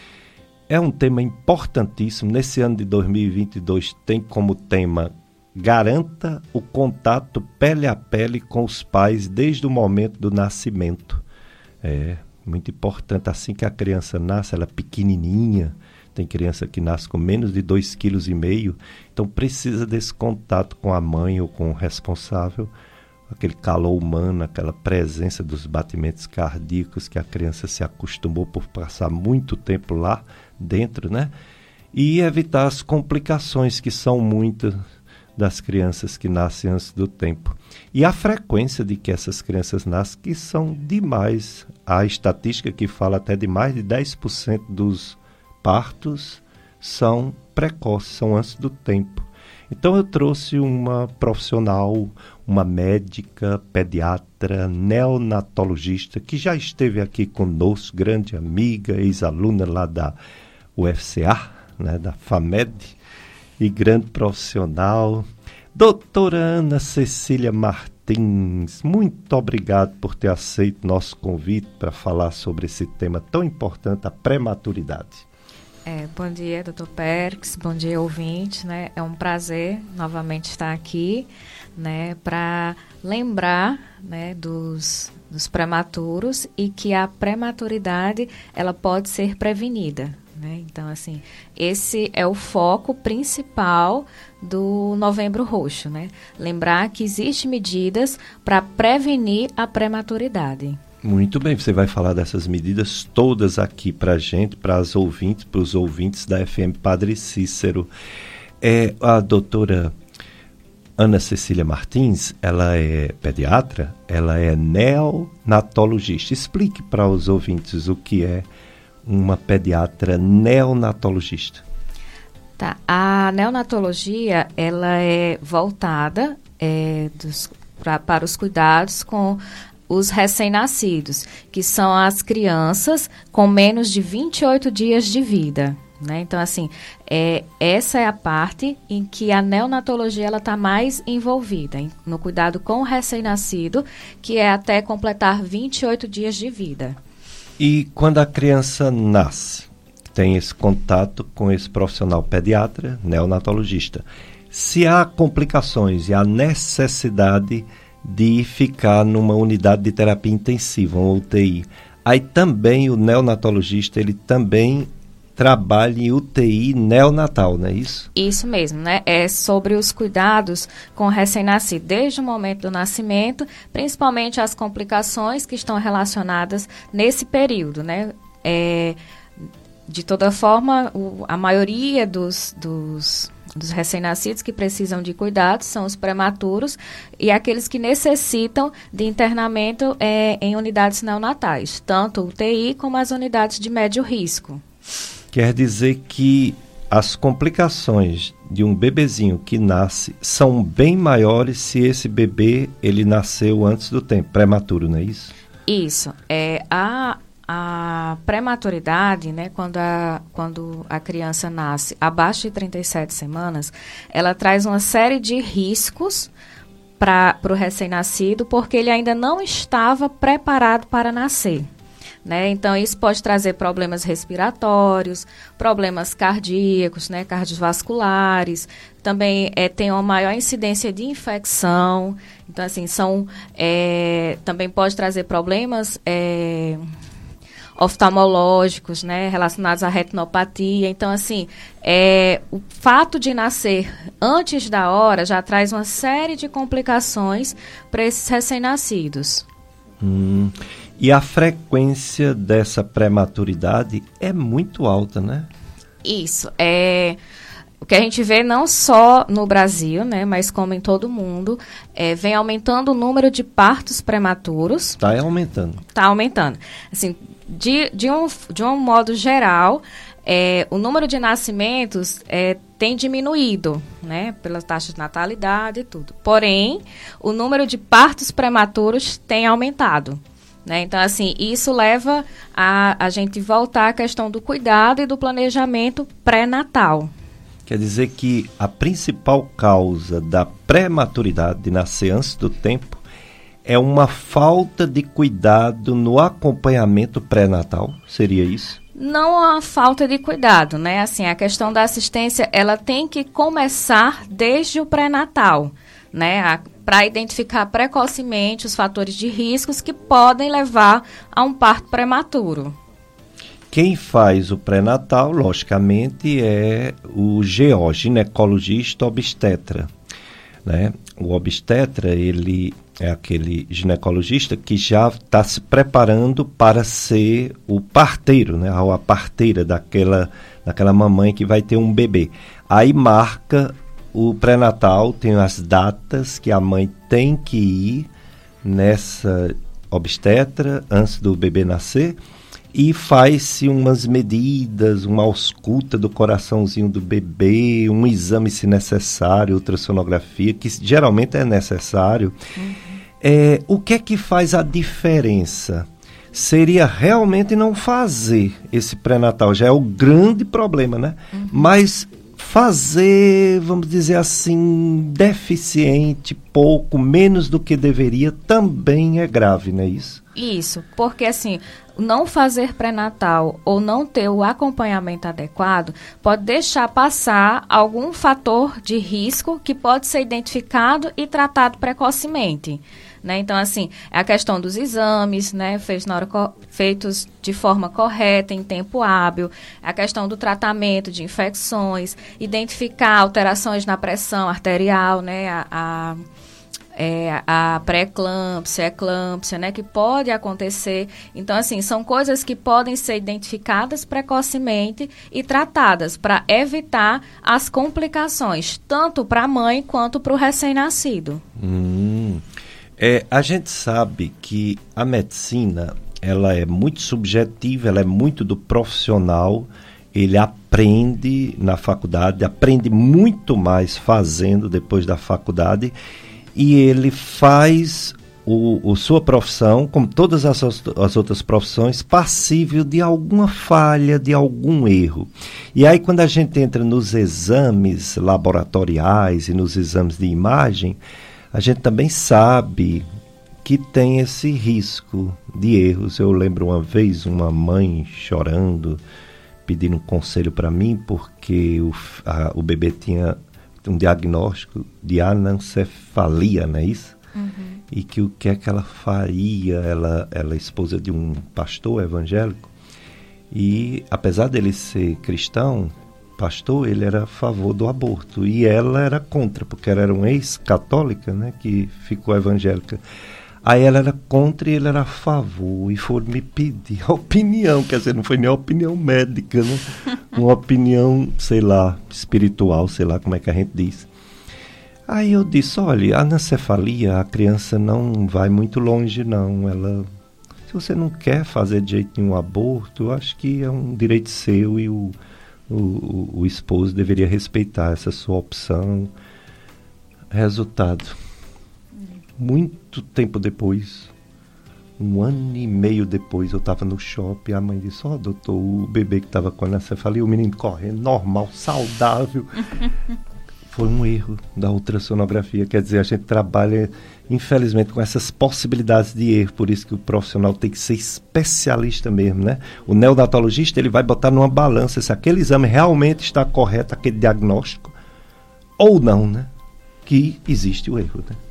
A: É um tema importantíssimo. Nesse ano de dois mil e vinte e dois tem como tema: garanta o contato pele a pele com os pais desde o momento do nascimento. É muito importante. Assim que a criança nasce, ela é pequenininha, tem criança que nasce com menos de dois vírgula cinco quilos, então precisa desse contato com a mãe ou com o responsável, aquele calor humano, aquela presença dos batimentos cardíacos que a criança se acostumou por passar muito tempo lá dentro, né? E evitar as complicações, que são muitas das crianças que nascem antes do tempo. E a frequência de que essas crianças nascem, que são demais. Há estatística que fala até de mais de dez por cento dos partos são precoces, são antes do tempo. Então eu trouxe uma profissional, uma médica, pediatra, neonatologista, que já esteve aqui conosco, grande amiga, ex-aluna lá da U F C A, né, da FAMED, e grande profissional, doutora Ana Cecília Martins. Muito obrigado por ter aceito nosso convite para falar sobre esse tema tão importante, a prematuridade.
C: É, bom dia, doutor Perks, bom dia, ouvinte, né? É um prazer novamente estar aqui, né, para lembrar, né, dos, dos prematuros e que a prematuridade ela pode ser prevenida. Então, assim, esse é o foco principal do Novembro Roxo, né? Lembrar que existem medidas para prevenir a prematuridade.
A: Muito bem, você vai falar dessas medidas todas aqui para a gente, para as ouvintes, para os ouvintes da F M Padre Cícero. É, a doutora Ana Cecília Martins, ela é pediatra, ela é neonatologista. Explique para os ouvintes o que é uma pediatra neonatologista.
C: Tá. A neonatologia, ela é voltada é, dos, pra, para os cuidados com os recém-nascidos, que são as crianças com menos de vinte e oito dias de vida. Né? Então, assim, é, essa é a parte em que a neonatologia está mais envolvida, em, no cuidado com o recém-nascido, que é até completar vinte e oito dias de vida.
A: E quando a criança nasce, tem esse contato com esse profissional pediatra, neonatologista. Se há complicações e há necessidade de ficar numa unidade de terapia intensiva, uma U T I, aí também o neonatologista, ele também trabalha em U T I neonatal, não é isso?
C: Isso mesmo, né? É sobre os cuidados com o recém-nascido, desde o momento do nascimento, principalmente as complicações que estão relacionadas nesse período, né? É, de toda forma, o, a maioria dos, dos, dos recém-nascidos que precisam de cuidados são os prematuros e aqueles que necessitam de internamento é, em unidades neonatais, tanto U T I como as unidades de médio risco.
A: Quer dizer que as complicações de um bebezinho que nasce são bem maiores se esse bebê ele nasceu antes do tempo, prematuro, não é isso?
C: Isso. É, a, a prematuridade, né, quando, a, quando a criança nasce abaixo de trinta e sete semanas, ela traz uma série de riscos para o recém-nascido, porque ele ainda não estava preparado para nascer. Né? Então, isso pode trazer problemas respiratórios, problemas cardíacos, né? Cardiovasculares, também é, tem uma maior incidência de infecção. Então, assim, são, é, também pode trazer problemas é, oftalmológicos, né? Relacionados à retinopatia. Então, assim, é, o fato de nascer antes da hora já traz uma série de complicações para esses recém-nascidos.
A: Hum... E a frequência dessa prematuridade é muito alta, né?
C: Isso. É, o que a gente vê não só no Brasil, né, mas como em todo o mundo, é, vem aumentando o número de partos prematuros.
A: Está aumentando.
C: Está aumentando. Assim, de, de, um, de um modo geral, é, o número de nascimentos é, tem diminuído, né, pela taxa de natalidade e tudo. Porém, o número de partos prematuros tem aumentado. Né? Então, assim, isso leva a, a gente voltar à questão do cuidado e do planejamento pré-natal.
A: Quer dizer que a principal causa da prematuridade, de nascer antes do tempo, é uma falta de cuidado no acompanhamento pré-natal? Seria isso?
C: Não a falta de cuidado, né? Assim, a questão da assistência, ela tem que começar desde o pré-natal, né? Para identificar precocemente os fatores de riscos que podem levar a um parto prematuro.
A: Quem faz o pré-natal, logicamente, é o G O, ginecologista obstetra, né? O obstetra, ele é aquele ginecologista que já está se preparando para ser o parteiro, né? Ou a parteira daquela, daquela mamãe que vai ter um bebê. Aí marca o pré-natal, tem as datas que a mãe tem que ir nessa obstetra antes do bebê nascer e faz-se umas medidas, uma ausculta do coraçãozinho do bebê, um exame se necessário, ultrassonografia, que geralmente é necessário. Uhum. É, o que é que faz a diferença? Seria realmente não fazer esse pré-natal, já é o grande problema, né? Uhum. Mas fazer, vamos dizer assim, deficiente, pouco, menos do que deveria, também é grave, não é isso?
C: Isso, porque assim, não fazer pré-natal ou não ter o acompanhamento adequado pode deixar passar algum fator de risco que pode ser identificado e tratado precocemente. Né? Então, assim, é a questão dos exames, né, feitos, na hora co- feitos de forma correta, em tempo hábil, a questão do tratamento de infecções, identificar alterações na pressão arterial, né, a, a, é, a pré-eclâmpsia, eclâmpsia, né, que pode acontecer. Então, assim, são coisas que podem ser identificadas precocemente e tratadas para evitar as complicações, tanto para a mãe quanto para o recém-nascido.
A: Hum. É, a gente sabe que a medicina, ela é muito subjetiva, ela é muito do profissional, ele aprende na faculdade, aprende muito mais fazendo depois da faculdade, e ele faz o, o sua profissão, como todas as, as outras profissões, passível de alguma falha, de algum erro. E aí, quando a gente entra nos exames laboratoriais e nos exames de imagem, a gente também sabe que tem esse risco de erros. Eu lembro uma vez uma mãe chorando, pedindo um conselho para mim, porque o, a, o bebê tinha um diagnóstico de anencefalia, não é isso? Uhum. E que o que é que ela faria? Ela, ela é esposa de um pastor evangélico, e apesar dele ser cristão, pastor, ele era a favor do aborto, e ela era contra, porque ela era uma ex-católica, né, que ficou evangélica. Aí ela era contra e ele era a favor, e foram me pedir a opinião, quer dizer, não foi nem a opinião médica, né? Uma opinião, sei lá, espiritual, sei lá como é que a gente diz. Aí eu disse, olha, a anencefalia, a criança não vai muito longe não, ela, se você não quer fazer de jeito nenhum aborto, eu acho que é um direito seu, e o, o, o, o esposo deveria respeitar essa sua opção. Resultado, muito tempo depois, um ano e meio depois, eu estava no shopping, a mãe disse, ó, oh, doutor, o bebê que estava com anencefalia, o menino correndo, normal, saudável. Foi um erro da ultrassonografia, quer dizer, a gente trabalha, infelizmente, com essas possibilidades de erro, por isso que o profissional tem que ser especialista mesmo, né? O neonatologista, ele vai botar numa balança se aquele exame realmente está correto, aquele diagnóstico, ou não, né? Que existe o erro, né?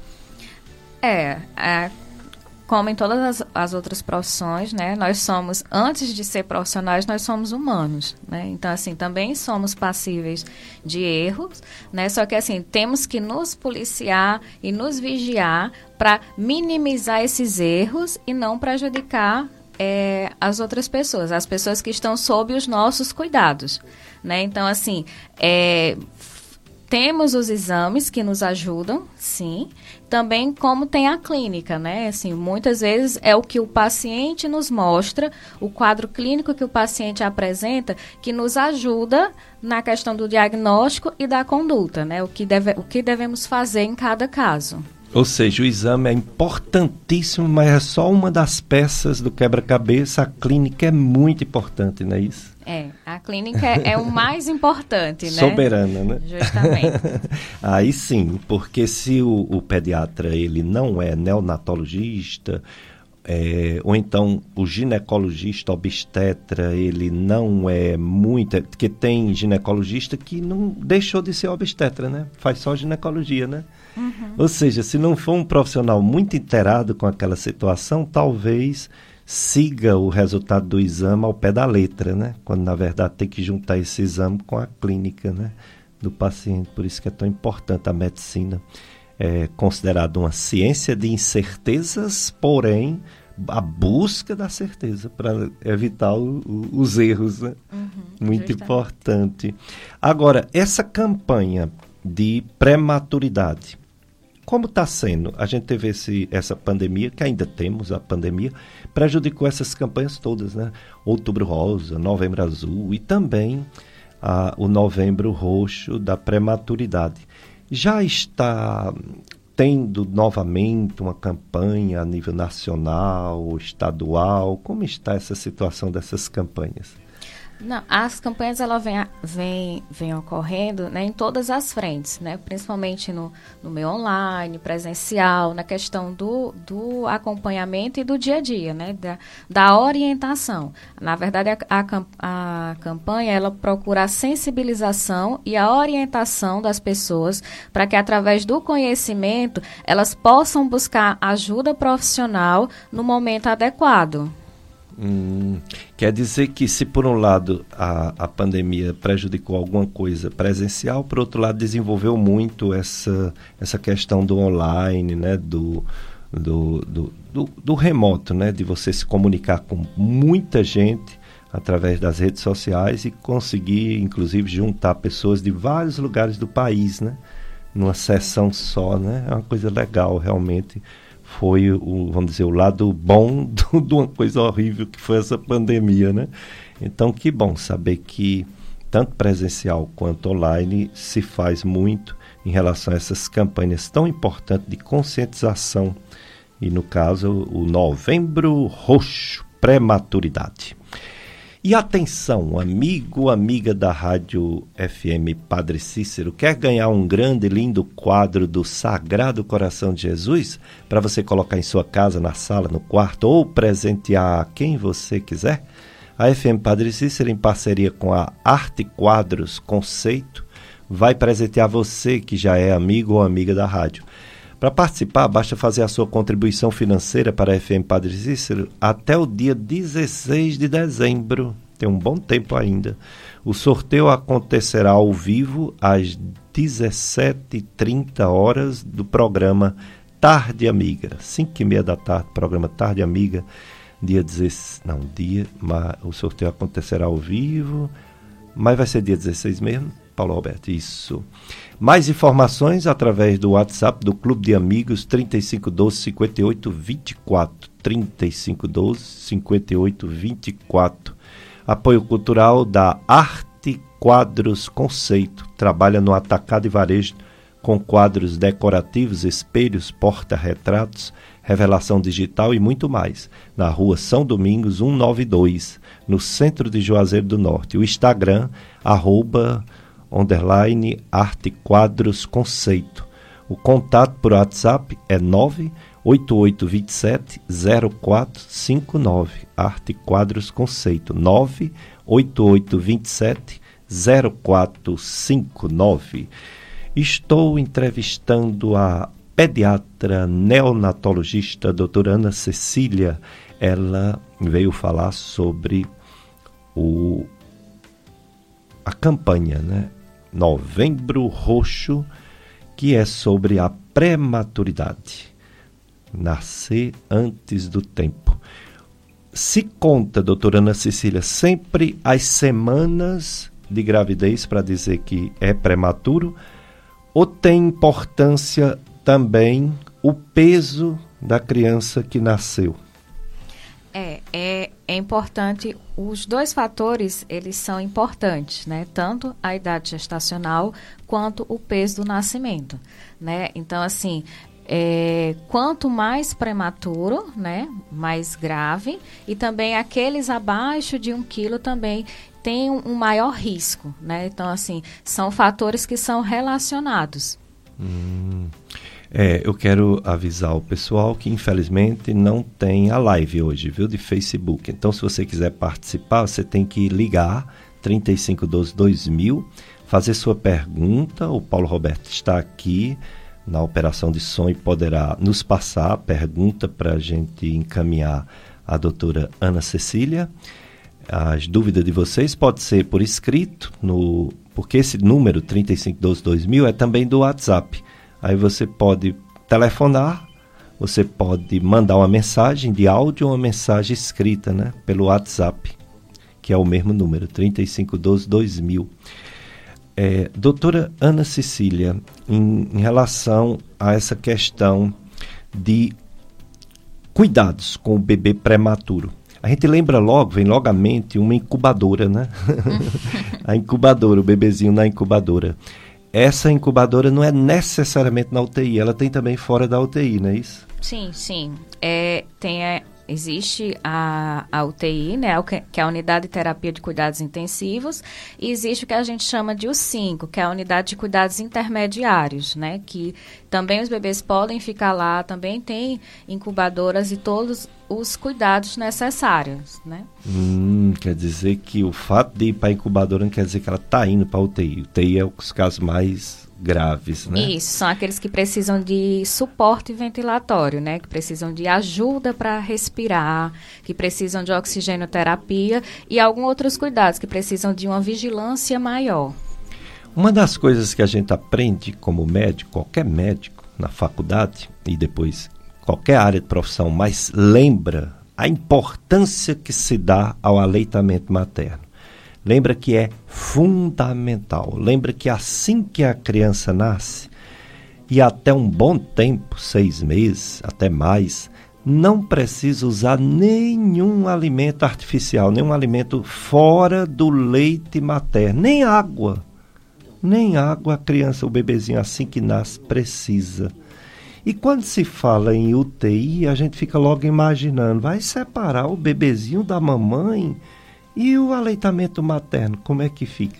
C: É, é, como em todas as, as outras profissões, né, nós somos, antes de ser profissionais, nós somos humanos, né, então, assim, também somos passíveis de erros, né, só que, assim, temos que nos policiar e nos vigiar para minimizar esses erros e não prejudicar é, as outras pessoas, as pessoas que estão sob os nossos cuidados, né, então, assim, é... temos os exames que nos ajudam, sim. Também como tem a clínica, né? Assim, muitas vezes é o que o paciente nos mostra, o quadro clínico que o paciente apresenta, que nos ajuda na questão do diagnóstico e da conduta, né? O que, deve, o que devemos fazer em cada caso.
A: Ou seja, o exame é importantíssimo, mas é só uma das peças do quebra-cabeça. A clínica é muito importante, não é isso?
C: É, a clínica é, é o mais importante, né?
A: Soberana, né?
C: Justamente.
A: Aí sim, porque se o, o pediatra ele não é neonatologista, é, ou então o ginecologista obstetra, ele não é muito... Porque tem ginecologista que não deixou de ser obstetra, né? Faz só ginecologia, né? Uhum. Ou seja, se não for um profissional muito inteirado com aquela situação, talvez siga o resultado do exame ao pé da letra, né? Quando, na verdade, tem que juntar esse exame com a clínica, né, do paciente. Por isso que é tão importante a medicina. É considerada uma ciência de incertezas, porém, a busca da certeza para evitar o, o, os erros, né? Uhum, muito justamente. Importante. Agora, essa campanha de prematuridade, como está sendo? A gente teve esse, essa pandemia, que ainda temos a pandemia, prejudicou essas campanhas todas, né? Outubro Rosa, Novembro Azul e também ah, o Novembro Roxo da prematuridade. Já está tendo novamente uma campanha a nível nacional, estadual? Como está essa situação dessas campanhas?
C: Não, as campanhas elas vêm, vêm, vêm ocorrendo, né, em todas as frentes, né, principalmente no, no meio online, presencial, na questão do, do acompanhamento e do dia a dia, né, da, da orientação. Na verdade, a, a, a campanha ela procura a sensibilização e a orientação das pessoas para que, através do conhecimento, elas possam buscar ajuda profissional no momento adequado.
A: Hum, quer dizer que se por um lado a, a pandemia prejudicou alguma coisa presencial, por outro lado desenvolveu muito essa, essa questão do online, né, do, do, do, do, do remoto, né, de você se comunicar com muita gente através das redes sociais e conseguir inclusive juntar pessoas de vários lugares do país, né, numa sessão só, né, é uma coisa legal realmente. Foi, o, vamos dizer, o lado bom do, de uma coisa horrível que foi essa pandemia, né? Então, que bom saber que tanto presencial quanto online se faz muito em relação a essas campanhas tão importantes de conscientização e, no caso, o Novembro Roxo, prematuridade. E atenção, amigo, amiga da Rádio F M Padre Cícero, quer ganhar um grande e lindo quadro do Sagrado Coração de Jesus para você colocar em sua casa, na sala, no quarto ou presentear quem você quiser? A F M Padre Cícero, em parceria com a Arte Quadros Conceito, vai presentear você que já é amigo ou amiga da rádio. Para participar, basta fazer a sua contribuição financeira para a F M Padre Cícero até o dia dezesseis de dezembro. Tem um bom tempo ainda. O sorteio acontecerá ao vivo às dezessete e trinta horas do programa Tarde Amiga. cinco e meia da tarde, programa Tarde Amiga. Dia dezesseis, não, dia, mas o sorteio acontecerá ao vivo, mas vai ser dia dezesseis mesmo, Paulo Roberto, isso. Mais informações através do WhatsApp do Clube de Amigos trinta e cinco doze, cinquenta e oito vinte e quatro. trinta e cinco doze, cinquenta e oito vinte e quatro. Apoio cultural da Arte Quadros Conceito. Trabalha no atacado e varejo com quadros decorativos, espelhos, porta-retratos, revelação digital e muito mais. Na rua São Domingos cento e noventa e dois, no centro de Juazeiro do Norte. O Instagram, arroba... underline Arte Quadros Conceito. O contato por WhatsApp é nove oito oito dois sete zero quatro cinco nove. Arte Quadros Conceito. nove oito oito dois sete zero quatro cinco nove. Estou entrevistando a pediatra neonatologista a doutora Ana Cecília. Ela veio falar sobre o, a campanha, né? Novembro Roxo, que é sobre a prematuridade, nascer antes do tempo. Se conta, doutora Ana Cecília, sempre as semanas de gravidez para dizer que é prematuro, ou tem importância também o peso da criança que nasceu?
C: É, é, é importante, os dois fatores, eles são importantes, né? Tanto a idade gestacional quanto o peso do nascimento, né? Então, assim, é, quanto mais prematuro, né? Mais grave, e também aqueles abaixo de um quilo também tem um, um maior risco, né? Então, assim, são fatores que são relacionados.
A: Hum... É, eu quero avisar o pessoal que infelizmente não tem a live hoje, viu, de Facebook. Então, se você quiser participar, você tem que ligar trinta e cinco doze dois mil, fazer sua pergunta. O Paulo Roberto está aqui na operação de som e poderá nos passar a pergunta para a gente encaminhar à doutora Ana Cecília. As dúvidas de vocês pode ser por escrito, no, porque esse número trinta e cinco doze dois mil é também do WhatsApp. Aí você pode telefonar, você pode mandar uma mensagem de áudio ou uma mensagem escrita, né, pelo WhatsApp, que é o mesmo número, trinta e cinco doze dois mil. É, doutora Ana Cecília, em, em relação a essa questão de cuidados com o bebê prematuro, a gente lembra logo, vem logo à mente uma incubadora, né? A incubadora, o bebezinho na incubadora. Essa incubadora não é necessariamente na U T I, ela tem também fora da U T I, não é isso?
C: Sim, sim. É, tem a, existe a, a U T I, né, que é a Unidade de Terapia de Cuidados Intensivos, e existe o que a gente chama de U cinco, que é a Unidade de Cuidados Intermediários, né, que também os bebês podem ficar lá, também tem incubadoras e todos os cuidados necessários, né?
A: Hum, quer dizer que o fato de ir para a incubadora não quer dizer que ela está indo para a U T I. U T I é os casos mais graves, né?
C: Isso, são aqueles que precisam de suporte ventilatório, né? Que precisam de ajuda para respirar, que precisam de oxigenoterapia e alguns outros cuidados que precisam de uma vigilância maior.
A: Uma das coisas que a gente aprende como médico, qualquer médico na faculdade e depois qualquer área de profissão, mas lembra a importância que se dá ao aleitamento materno. Lembra que é fundamental. Lembra que assim que a criança nasce, e até um bom tempo, seis meses, até mais, não precisa usar nenhum alimento artificial, nenhum alimento fora do leite materno, nem água. Nem água a criança, o bebezinho assim que nasce, precisa. E quando se fala em U T I, a gente fica logo imaginando, vai separar o bebezinho da mamãe e o aleitamento materno, como é que fica?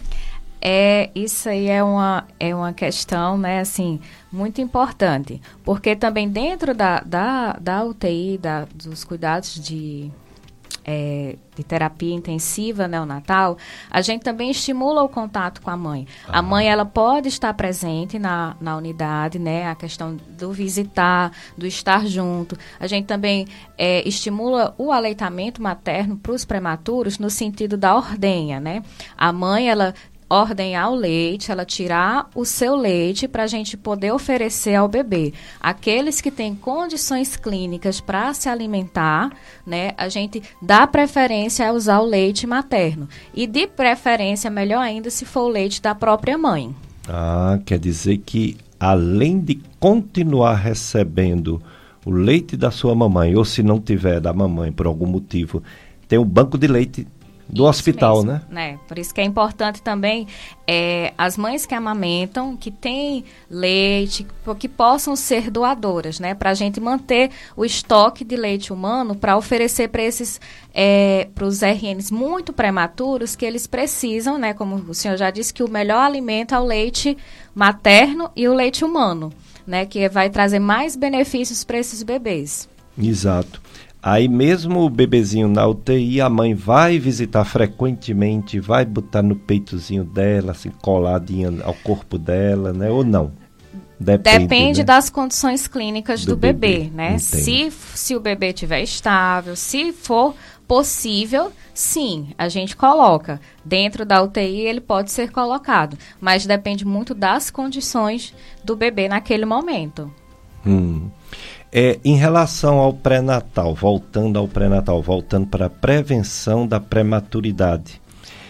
C: É, isso aí é uma, é uma questão, né, assim, muito importante, porque também dentro da, da, da U T I, da, dos cuidados de, é, de terapia intensiva neonatal, a gente também estimula o contato com a mãe. Ah. A mãe, ela pode estar presente na, na unidade, né, a questão do visitar, do estar junto. A gente também é, estimula o aleitamento materno para os prematuros no sentido da ordenha, né. A mãe, ela ordenhar o leite, ela tirar o seu leite para a gente poder oferecer ao bebê. Aqueles que têm condições clínicas para se alimentar, né, a gente dá preferência a usar o leite materno. E de preferência, melhor ainda, se for o leite da própria mãe.
A: Ah, quer dizer que além de continuar recebendo o leite da sua mamãe, ou se não tiver da mamãe por algum motivo, tem o banco de leite do isso hospital, mesmo, né?
C: né? Por isso que é importante também é, as mães que amamentam, que têm leite, que possam ser doadoras, né? Para a gente manter o estoque de leite humano para oferecer para esses, é, para os R Ns muito prematuros que eles precisam, né? Como o senhor já disse, que o melhor alimento é o leite materno e o leite humano, né? Que vai trazer mais benefícios para esses bebês.
A: Exato. Aí mesmo o bebezinho na U T I, a mãe vai visitar frequentemente, vai botar no peitozinho dela, assim, coladinha ao corpo dela, né? Ou não?
C: Depende, Depende né? das condições clínicas do, do bebê, bebê, né? Se, se o bebê estiver estável, se for possível, sim, a gente coloca. Dentro da U T I ele pode ser colocado, mas depende muito das condições do bebê naquele momento.
A: Hum. É, em relação ao pré-natal, voltando ao pré-natal, voltando para a prevenção da prematuridade,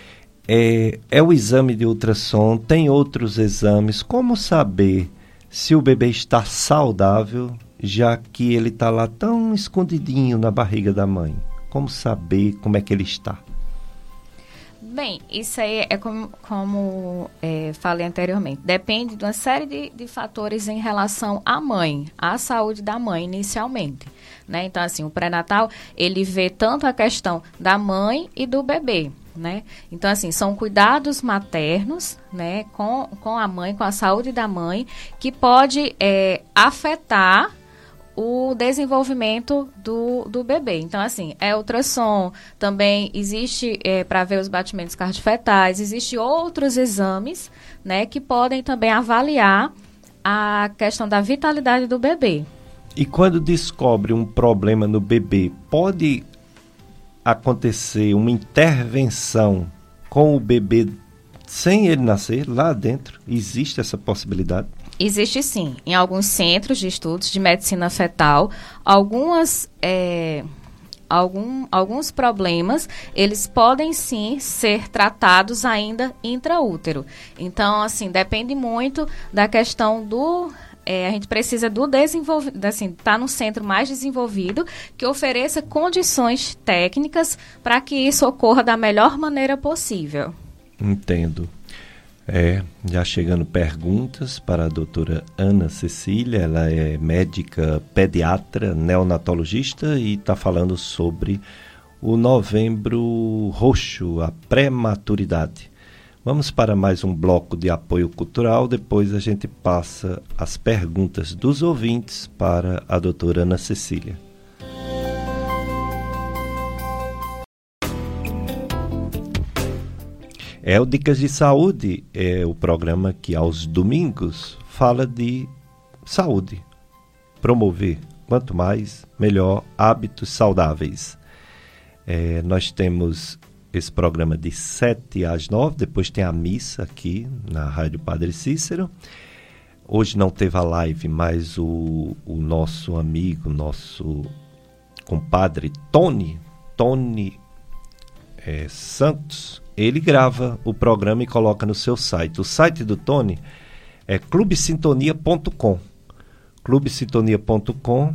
A: é, é o exame de ultrassom, tem outros exames, como saber se o bebê está saudável, já que ele está lá tão escondidinho na barriga da mãe? Como saber como é que ele está?
C: Bem, isso aí é como, como é, falei anteriormente, depende de uma série de, de fatores em relação à mãe, à saúde da mãe inicialmente, né? Então, assim, o pré-natal, ele vê tanto a questão da mãe e do bebê, né? Então, assim, são cuidados maternos, né, com, com a mãe, com a saúde da mãe, que pode é, afetar o desenvolvimento do, do bebê. Então, assim, é ultrassom, também existe é, para ver os batimentos cardiofetais, existem outros exames, né, que podem também avaliar a questão da vitalidade do bebê.
A: E quando descobre um problema no bebê, pode acontecer uma intervenção com o bebê sem ele nascer lá dentro? Existe essa possibilidade?
C: Existe sim. Em alguns centros de estudos de medicina fetal, algumas, é, algum, alguns problemas, eles podem sim ser tratados ainda intraútero. Então, assim, depende muito da questão do... É, a gente precisa do desenvolvimento, assim, tá no centro mais desenvolvido, que ofereça condições técnicas para que isso ocorra da melhor maneira possível.
A: Entendo. É, já chegando perguntas para a doutora Ana Cecília, ela é médica pediatra, neonatologista e está falando sobre o Novembro Roxo, a prematuridade. Vamos para mais um bloco de apoio cultural, depois a gente passa as perguntas dos ouvintes para a doutora Ana Cecília. É o Dicas de Saúde, é o programa que aos domingos fala de saúde. Promover, quanto mais, melhor, hábitos saudáveis. É, nós temos esse programa de sete às nove, depois tem a missa aqui na Rádio Padre Cícero. Hoje não teve a live, mas o, o nosso amigo, nosso compadre Tony, Tony é, Santos, ele grava o programa e coloca no seu site. O site do Tony é clube sintonia ponto com. clube sintonia ponto com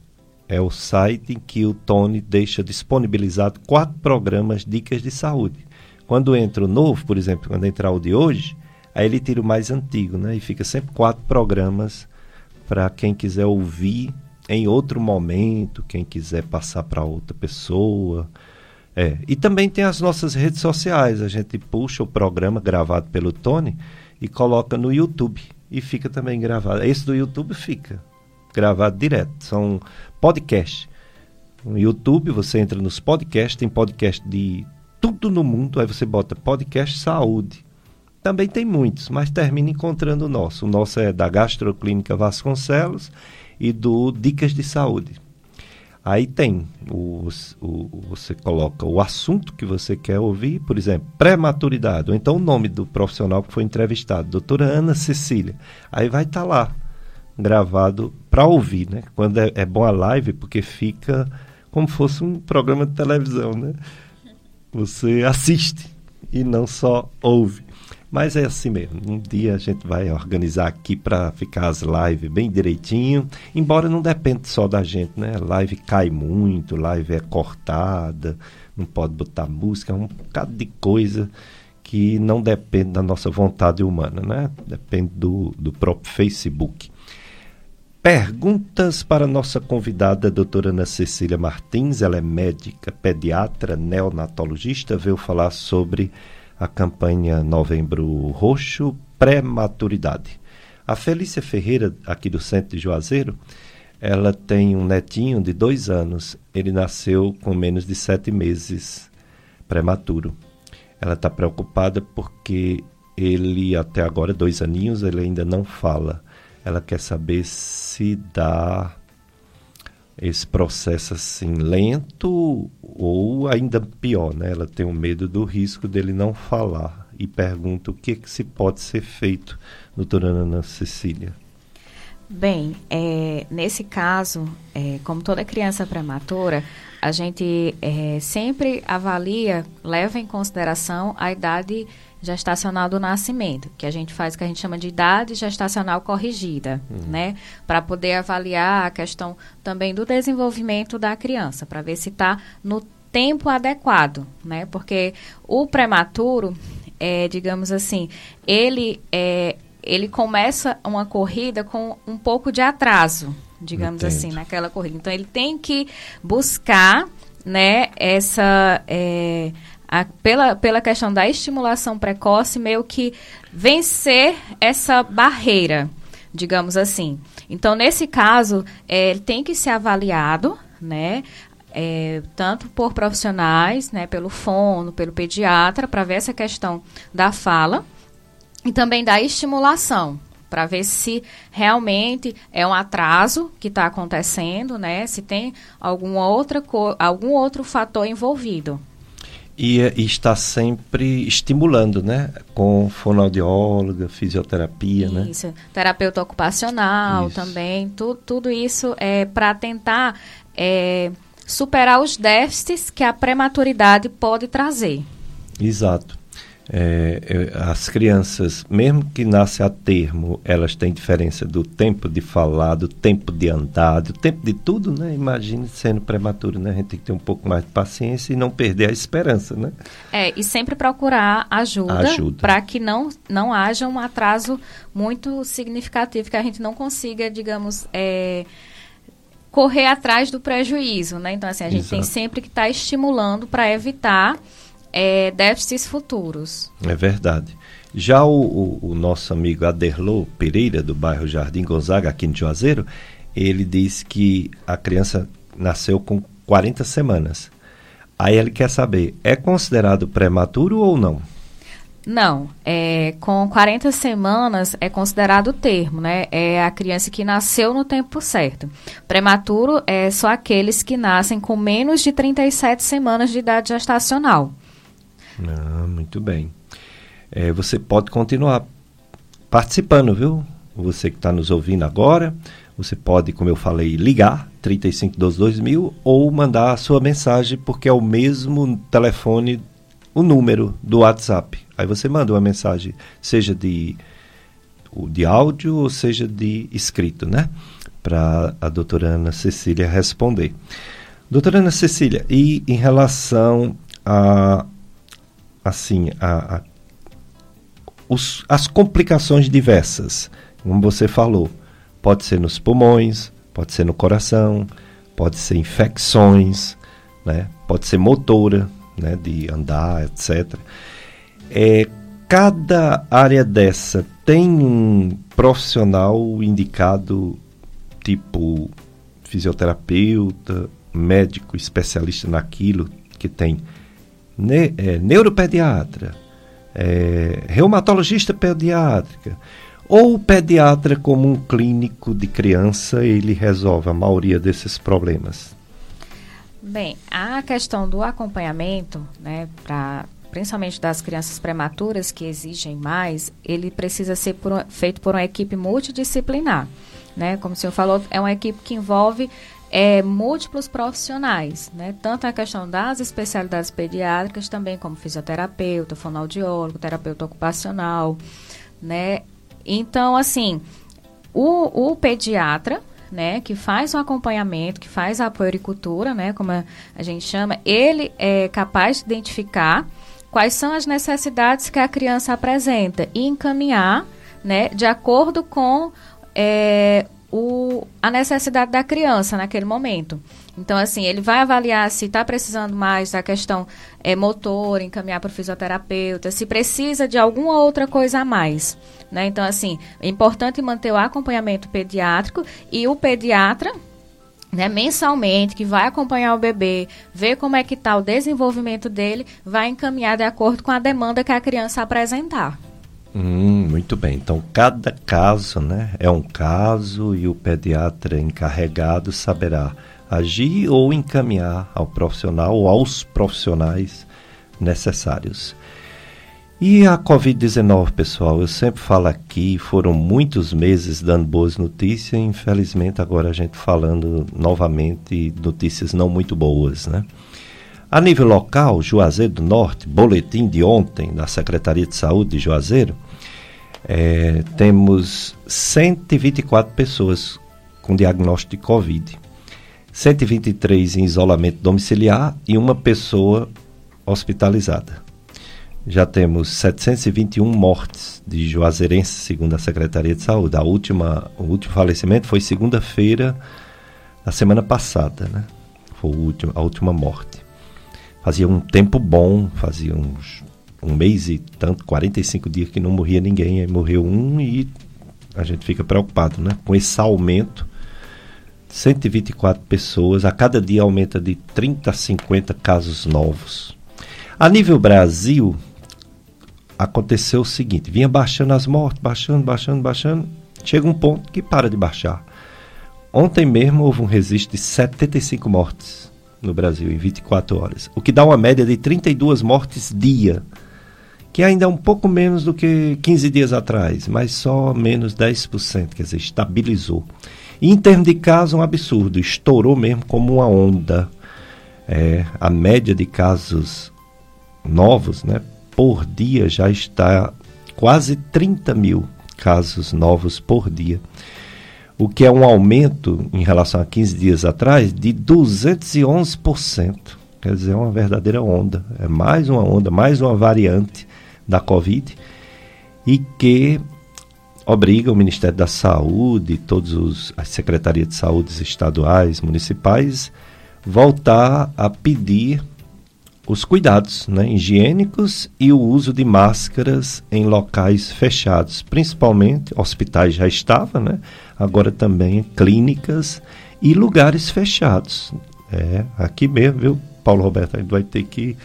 A: é o site em que o Tony deixa disponibilizado quatro programas Dicas de Saúde. Quando entra o novo, por exemplo, quando entrar o de hoje, aí ele tira o mais antigo, né? E fica sempre quatro programas para quem quiser ouvir em outro momento, quem quiser passar para outra pessoa. É. E também tem as nossas redes sociais. A gente puxa o programa gravado pelo Tony e coloca no YouTube. E fica também gravado. Esse do YouTube fica gravado direto. São podcasts. No YouTube você entra nos podcasts, tem podcast de tudo no mundo. Aí você bota podcast saúde. Também tem muitos, mas termina encontrando o nosso. O nosso é da Gastroclínica Vasconcelos e do Dicas de Saúde. Aí tem, o, o, você coloca o assunto que você quer ouvir, por exemplo, prematuridade, ou então o nome do profissional que foi entrevistado, doutora Ana Cecília. Aí vai estar tá lá, gravado para ouvir, né? Quando é, é bom a live, porque fica como fosse um programa de televisão, né? Você assiste e não só ouve. Mas é assim mesmo, um dia a gente vai organizar aqui para ficar as lives bem direitinho, embora não dependa só da gente, né? Live cai muito, live é cortada, não pode botar música, é um bocado de coisa que não depende da nossa vontade humana, né? Depende do, do próprio Facebook. Perguntas para a nossa convidada, a doutora Ana Cecília Martins. Ela é médica, pediatra, neonatologista, veio falar sobre a campanha Novembro Roxo, pré-maturidade. A Felícia Ferreira, aqui do centro de Juazeiro, ela tem um netinho de dois anos. Ele nasceu com menos de sete meses, prematuro. Ela está preocupada porque ele, até agora, dois aninhos, ele ainda não fala. Ela quer saber se dá esse processo assim lento ou ainda pior, né? Ela tem um medo do risco dele não falar e pergunta o que, que se pode ser feito, doutora Ana Cecília.
C: Bem, é, nesse caso, é, como toda criança prematura, a gente é, sempre avalia, leva em consideração a idade gestacional do nascimento, que a gente faz o que a gente chama de idade gestacional corrigida, uhum. né? Para poder avaliar a questão também do desenvolvimento da criança, para ver se está no tempo adequado, né? Porque o prematuro, é, digamos assim, ele, é, ele começa uma corrida com um pouco de atraso, digamos Entendo. assim, naquela corrida. Então, ele tem que buscar, né, essa... É, A, pela, pela questão da estimulação precoce, meio que vencer essa barreira, digamos assim. Então, nesse caso, é, ele tem que ser avaliado, né, é, tanto por profissionais, né, pelo fono, pelo pediatra, para ver essa questão da fala e também da estimulação, para ver se realmente é um atraso que está acontecendo, né, se tem alguma outra co- algum outro fator envolvido.
A: E, e está sempre estimulando, né? Com fonoaudióloga, fisioterapia,
C: isso.
A: né?
C: Isso, terapeuta ocupacional
A: isso.
C: também. Tu, tudo isso é para tentar é, superar os déficits que a prematuridade pode trazer.
A: Exato. É, as crianças, mesmo que nascem a termo, elas têm diferença do tempo de falar, do tempo de andar, do tempo de tudo, né? Imagine sendo prematuro, né? A gente tem que ter um pouco mais de paciência e não perder a esperança, né?
C: É, e sempre procurar ajuda, ajuda. para que não, não haja um atraso muito significativo, que a gente não consiga, digamos, é, correr atrás do prejuízo, né? Então, assim, a gente Exato. tem sempre que estar tá estimulando para evitar É, déficits futuros.
A: É verdade. Já o, o, o nosso amigo Aderlô Pereira, do bairro Jardim Gonzaga, aqui no Juazeiro, ele diz que a criança nasceu com quarenta semanas. Aí ele quer saber, é considerado prematuro ou não?
C: Não, é, com quarenta semanas é considerado o termo, né? É a criança que nasceu no tempo certo. Prematuro é só aqueles que nascem com menos de trinta e sete semanas de idade gestacional.
A: Ah, muito bem. É, você pode continuar participando, viu? Você que está nos ouvindo agora, você pode, como eu falei, ligar trinta e cinco doze dois mil ou mandar a sua mensagem, porque é o mesmo telefone, o número do WhatsApp. Aí você manda uma mensagem, seja de, de áudio ou seja de escrito, né? Para a doutora Ana Cecília responder. Doutora Ana Cecília, e em relação a, assim, a, a os, as complicações diversas, como você falou, pode ser nos pulmões, pode ser no coração, pode ser infecções, né? Pode ser motora, né? De andar, etcétera. É, cada área dessa tem um profissional indicado, tipo fisioterapeuta, médico especialista naquilo, que tem ne, é, neuropediatra, é, reumatologista pediátrica, ou o pediatra como um clínico de criança, ele resolve a maioria desses problemas?
C: Bem, a questão do acompanhamento, né, para principalmente das crianças prematuras que exigem mais, ele precisa ser por, feito por uma equipe multidisciplinar, né? Como o senhor falou, é uma equipe que envolve é, múltiplos profissionais, né? Tanto a questão das especialidades pediátricas, também como fisioterapeuta, fonoaudiólogo, terapeuta ocupacional, né? Então, assim, o, o pediatra, né, que faz o acompanhamento, que faz a puericultura, né, como a, a gente chama, ele é capaz de identificar quais são as necessidades que a criança apresenta e encaminhar, né, de acordo com é, o, a necessidade da criança naquele momento. Então, assim, ele vai avaliar se está precisando mais da questão é, motor, encaminhar para o fisioterapeuta, se precisa de alguma outra coisa a mais, né? Então, assim, é importante manter o acompanhamento pediátrico e o pediatra, né, mensalmente, que vai acompanhar o bebê, ver como é que está o desenvolvimento dele, vai encaminhar de acordo com a demanda que a criança apresentar.
A: Hum, muito bem. Então, cada caso, né, é um caso e o pediatra encarregado saberá agir ou encaminhar ao profissional ou aos profissionais necessários. E a covid dezenove, pessoal, eu sempre falo aqui, foram muitos meses dando boas notícias e infelizmente agora a gente falando novamente notícias não muito boas, né? A nível local, Juazeiro do Norte, boletim de ontem da Secretaria de Saúde de Juazeiro, é, temos cento e vinte e quatro pessoas com diagnóstico de Covid. cento e vinte e três em isolamento domiciliar e uma pessoa hospitalizada. Já temos setecentos e vinte e um mortes de juazeirenses, segundo a Secretaria de Saúde. A última, o último falecimento foi segunda-feira da semana passada, né? Foi o último, a última morte. Fazia um tempo bom, fazia uns, um mês e tanto, quarenta e cinco dias que não morria ninguém, aí morreu um e a gente fica preocupado, né? Com esse aumento, cento e vinte e quatro pessoas, a cada dia aumenta de trinta a cinquenta casos novos. A nível Brasil, aconteceu o seguinte, vinha baixando as mortes, baixando, baixando, baixando, chega um ponto que para de baixar. Ontem mesmo houve um registro de setenta e cinco mortes no Brasil em vinte e quatro horas, o que dá uma média de trinta e duas mortes dia, que ainda é um pouco menos do que quinze dias atrás, mas só menos dez por cento, quer dizer, estabilizou. E em termos de casos, um absurdo, estourou mesmo como uma onda. É, a média de casos novos, né, por dia já está quase trinta mil casos novos por dia, o que é um aumento em relação a quinze dias atrás de duzentos e onze por cento. Quer dizer, é uma verdadeira onda, é mais uma onda, mais uma variante da Covid e que obriga o Ministério da Saúde, todas as secretarias de saúde estaduais, municipais, voltar a pedir os cuidados, né, higiênicos e o uso de máscaras em locais fechados, principalmente hospitais já estava, né, agora também clínicas e lugares fechados. É, aqui mesmo, viu, Paulo Roberto, a gente vai ter que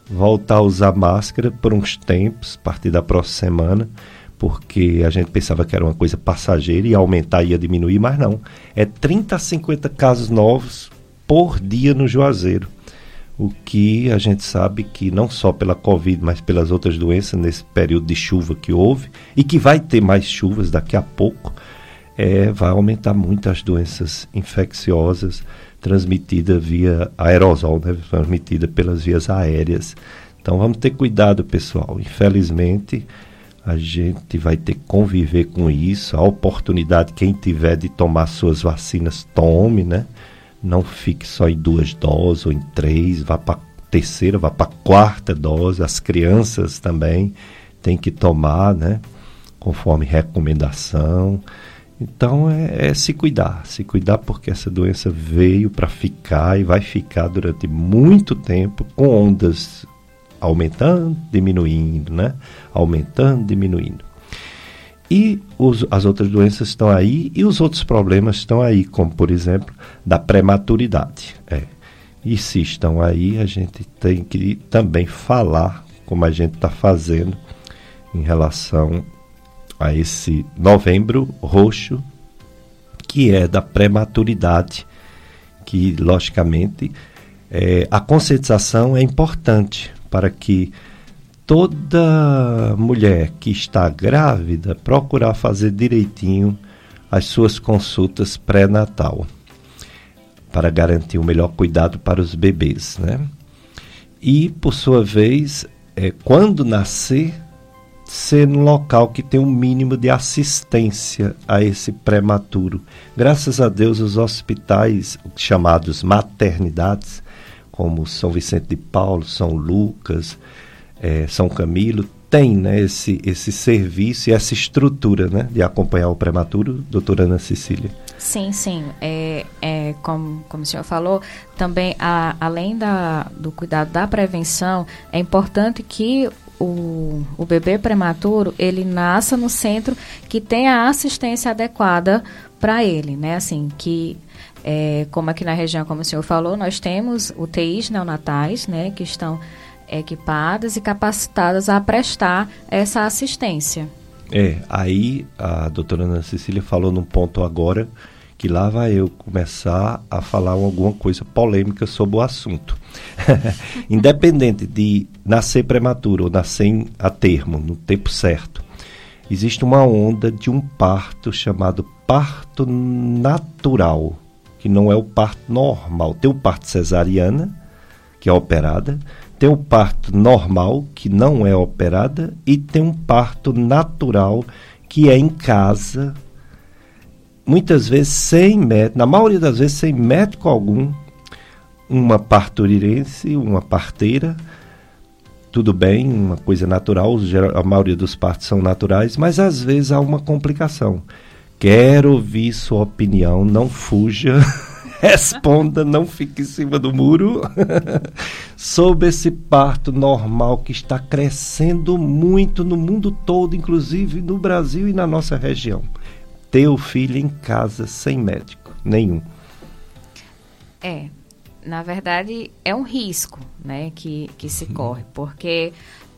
A: voltar a usar máscara por uns tempos, a partir da próxima semana, porque a gente pensava que era uma coisa passageira, ia aumentar, ia diminuir, mas não. É trinta a cinquenta casos novos por dia no Juazeiro, o que a gente sabe que não só pela Covid, mas pelas outras doenças, nesse período de chuva que houve, e que vai ter mais chuvas daqui a pouco, é, vai aumentar muito as doenças infecciosas transmitidas via aerosol, né, transmitida pelas vias aéreas. Então vamos ter cuidado, pessoal. Infelizmente, a gente vai ter que conviver com isso. A oportunidade, quem tiver de tomar suas vacinas, tome, né? Não fique só em duas doses ou em três, vá para a terceira, vá para a quarta dose. As crianças também têm que tomar, né? Conforme recomendação. Então é, é se cuidar, se cuidar, porque essa doença veio para ficar e vai ficar durante muito tempo, com ondas aumentando, diminuindo, né? Aumentando, diminuindo. E os, as outras doenças estão aí e os outros problemas estão aí, como, por exemplo, da prematuridade. É. E se estão aí, a gente tem que também falar, como a gente está fazendo, em relação a esse novembro roxo, que é da prematuridade, que, logicamente, é, a conscientização é importante para que toda mulher que está grávida procurar fazer direitinho as suas consultas pré-natal, para garantir o melhor cuidado para os bebês, né? E, por sua vez, é, quando nascer, ser no local que tem um mínimo de assistência a esse prematuro. Graças a Deus, os hospitais, chamados maternidades, como São Vicente de Paulo, São Lucas, é, São Camilo, tem, né, esse, esse serviço e essa estrutura, né, de acompanhar o prematuro, doutora Ana Cecília.
C: Sim, sim. É, é, como, como o senhor falou, também, a, além da, do cuidado da prevenção, é importante que o, o bebê prematuro, ele nasça no centro que tenha a assistência adequada para ele, né? Assim, que, é, como aqui na região, como o senhor falou, nós temos U T Is neonatais, né, que estão equipadas e capacitadas a prestar essa assistência.
A: É, aí a doutora Ana Cecília falou num ponto agora que lá vai eu começar a falar alguma coisa polêmica sobre o assunto. Independente de nascer prematuro ou nascer em, a termo, no tempo certo, existe uma onda de um parto chamado parto natural, que não é o parto normal. Tem o parto cesariana, que é operada, tem o parto normal, que não é operada, e tem um parto natural, que é em casa, muitas vezes sem médico, na maioria das vezes sem médico algum, uma parturirense, uma parteira, tudo bem, uma coisa natural, a maioria dos partos são naturais, mas às vezes há uma complicação. Quero ouvir sua opinião, não fuja, responda, não fique em cima do muro, sobre esse parto normal que está crescendo muito no mundo todo, inclusive no Brasil e na nossa região. Ter o filho em casa sem médico nenhum.
C: É, na verdade é um risco, né, que, que se corre, porque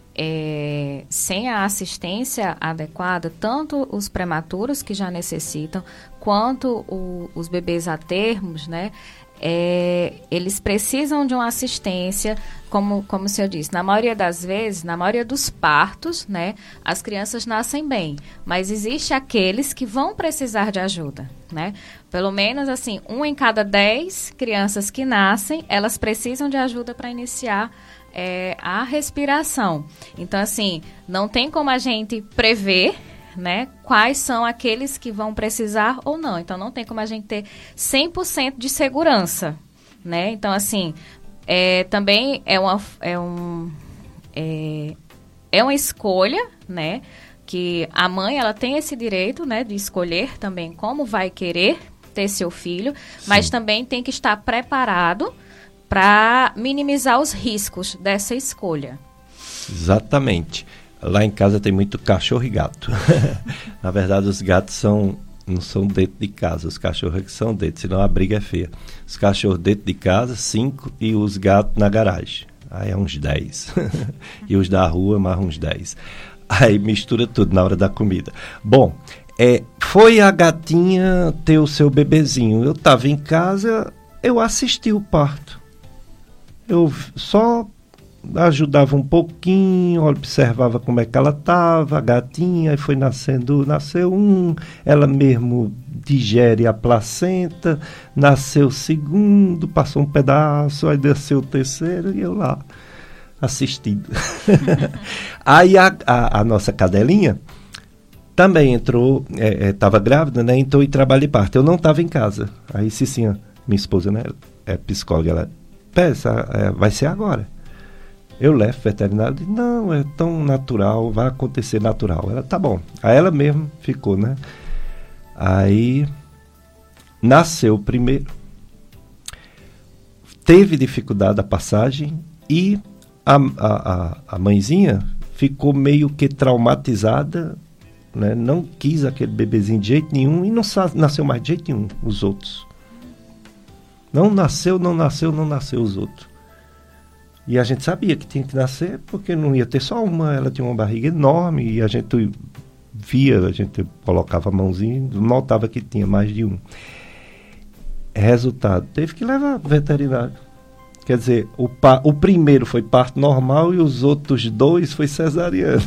C: é, sem a assistência adequada, tanto os prematuros que já necessitam, quanto o, os bebês a termos, né, é, eles precisam de uma assistência, como, como o senhor disse, na maioria das vezes, na maioria dos partos, né, as crianças nascem bem, mas existe aqueles que vão precisar de ajuda, né? Pelo menos, assim, um em cada dez crianças que nascem, elas precisam de ajuda para iniciar é, a respiração. Então, assim, não tem como a gente prever, né, quais são aqueles que vão precisar ou não. Então, não tem como a gente ter cem por cento de segurança, né? Então, assim, é, também é uma, é, um, é, é uma escolha, né, que a mãe, ela tem esse direito, né, de escolher também como vai querer ter seu filho, Sim. mas também tem que estar preparado para minimizar os riscos dessa escolha.
A: Exatamente. Lá em casa tem muito cachorro e gato. Na verdade, os gatos são, não são dentro de casa, os cachorros é que são dentro, senão a briga é feia. Os cachorros dentro de casa, cinco, e os gatos na garagem. Aí é uns dez. E os da rua, mais uns dez. Aí mistura tudo na hora da comida. Bom, é, foi a gatinha ter o seu bebezinho. Eu estava em casa, eu assisti o parto. Eu só ajudava um pouquinho, observava como é que ela estava, a gatinha, e foi nascendo, nasceu um, ela mesmo digere a placenta, nasceu o segundo, passou um pedaço, aí desceu o terceiro, e eu lá assistindo. Aí a, a, a nossa cadelinha também entrou, estava é, é, grávida, né? Entrou em trabalho de parto. Eu não estava em casa. Aí Cicinha, minha esposa, né? É psicóloga, ela, pensa, é, vai ser agora. Eu levo o veterinário, disse, não, é tão natural, vai acontecer natural. Ela, tá bom. Aí ela mesmo ficou, né? Aí nasceu o primeiro, teve dificuldade a passagem e a, a, a mãezinha ficou meio que traumatizada, né? Não quis aquele bebezinho de jeito nenhum e não nasceu mais de jeito nenhum os outros. Não nasceu, não nasceu, não nasceu os outros. E a gente sabia que tinha que nascer porque não ia ter só uma, ela tinha uma barriga enorme e a gente via, a gente colocava a mãozinha e notava que tinha mais de um. Resultado, teve que levar veterinário. Quer dizer, o, pa, o primeiro foi parto normal e os outros dois foi cesariano.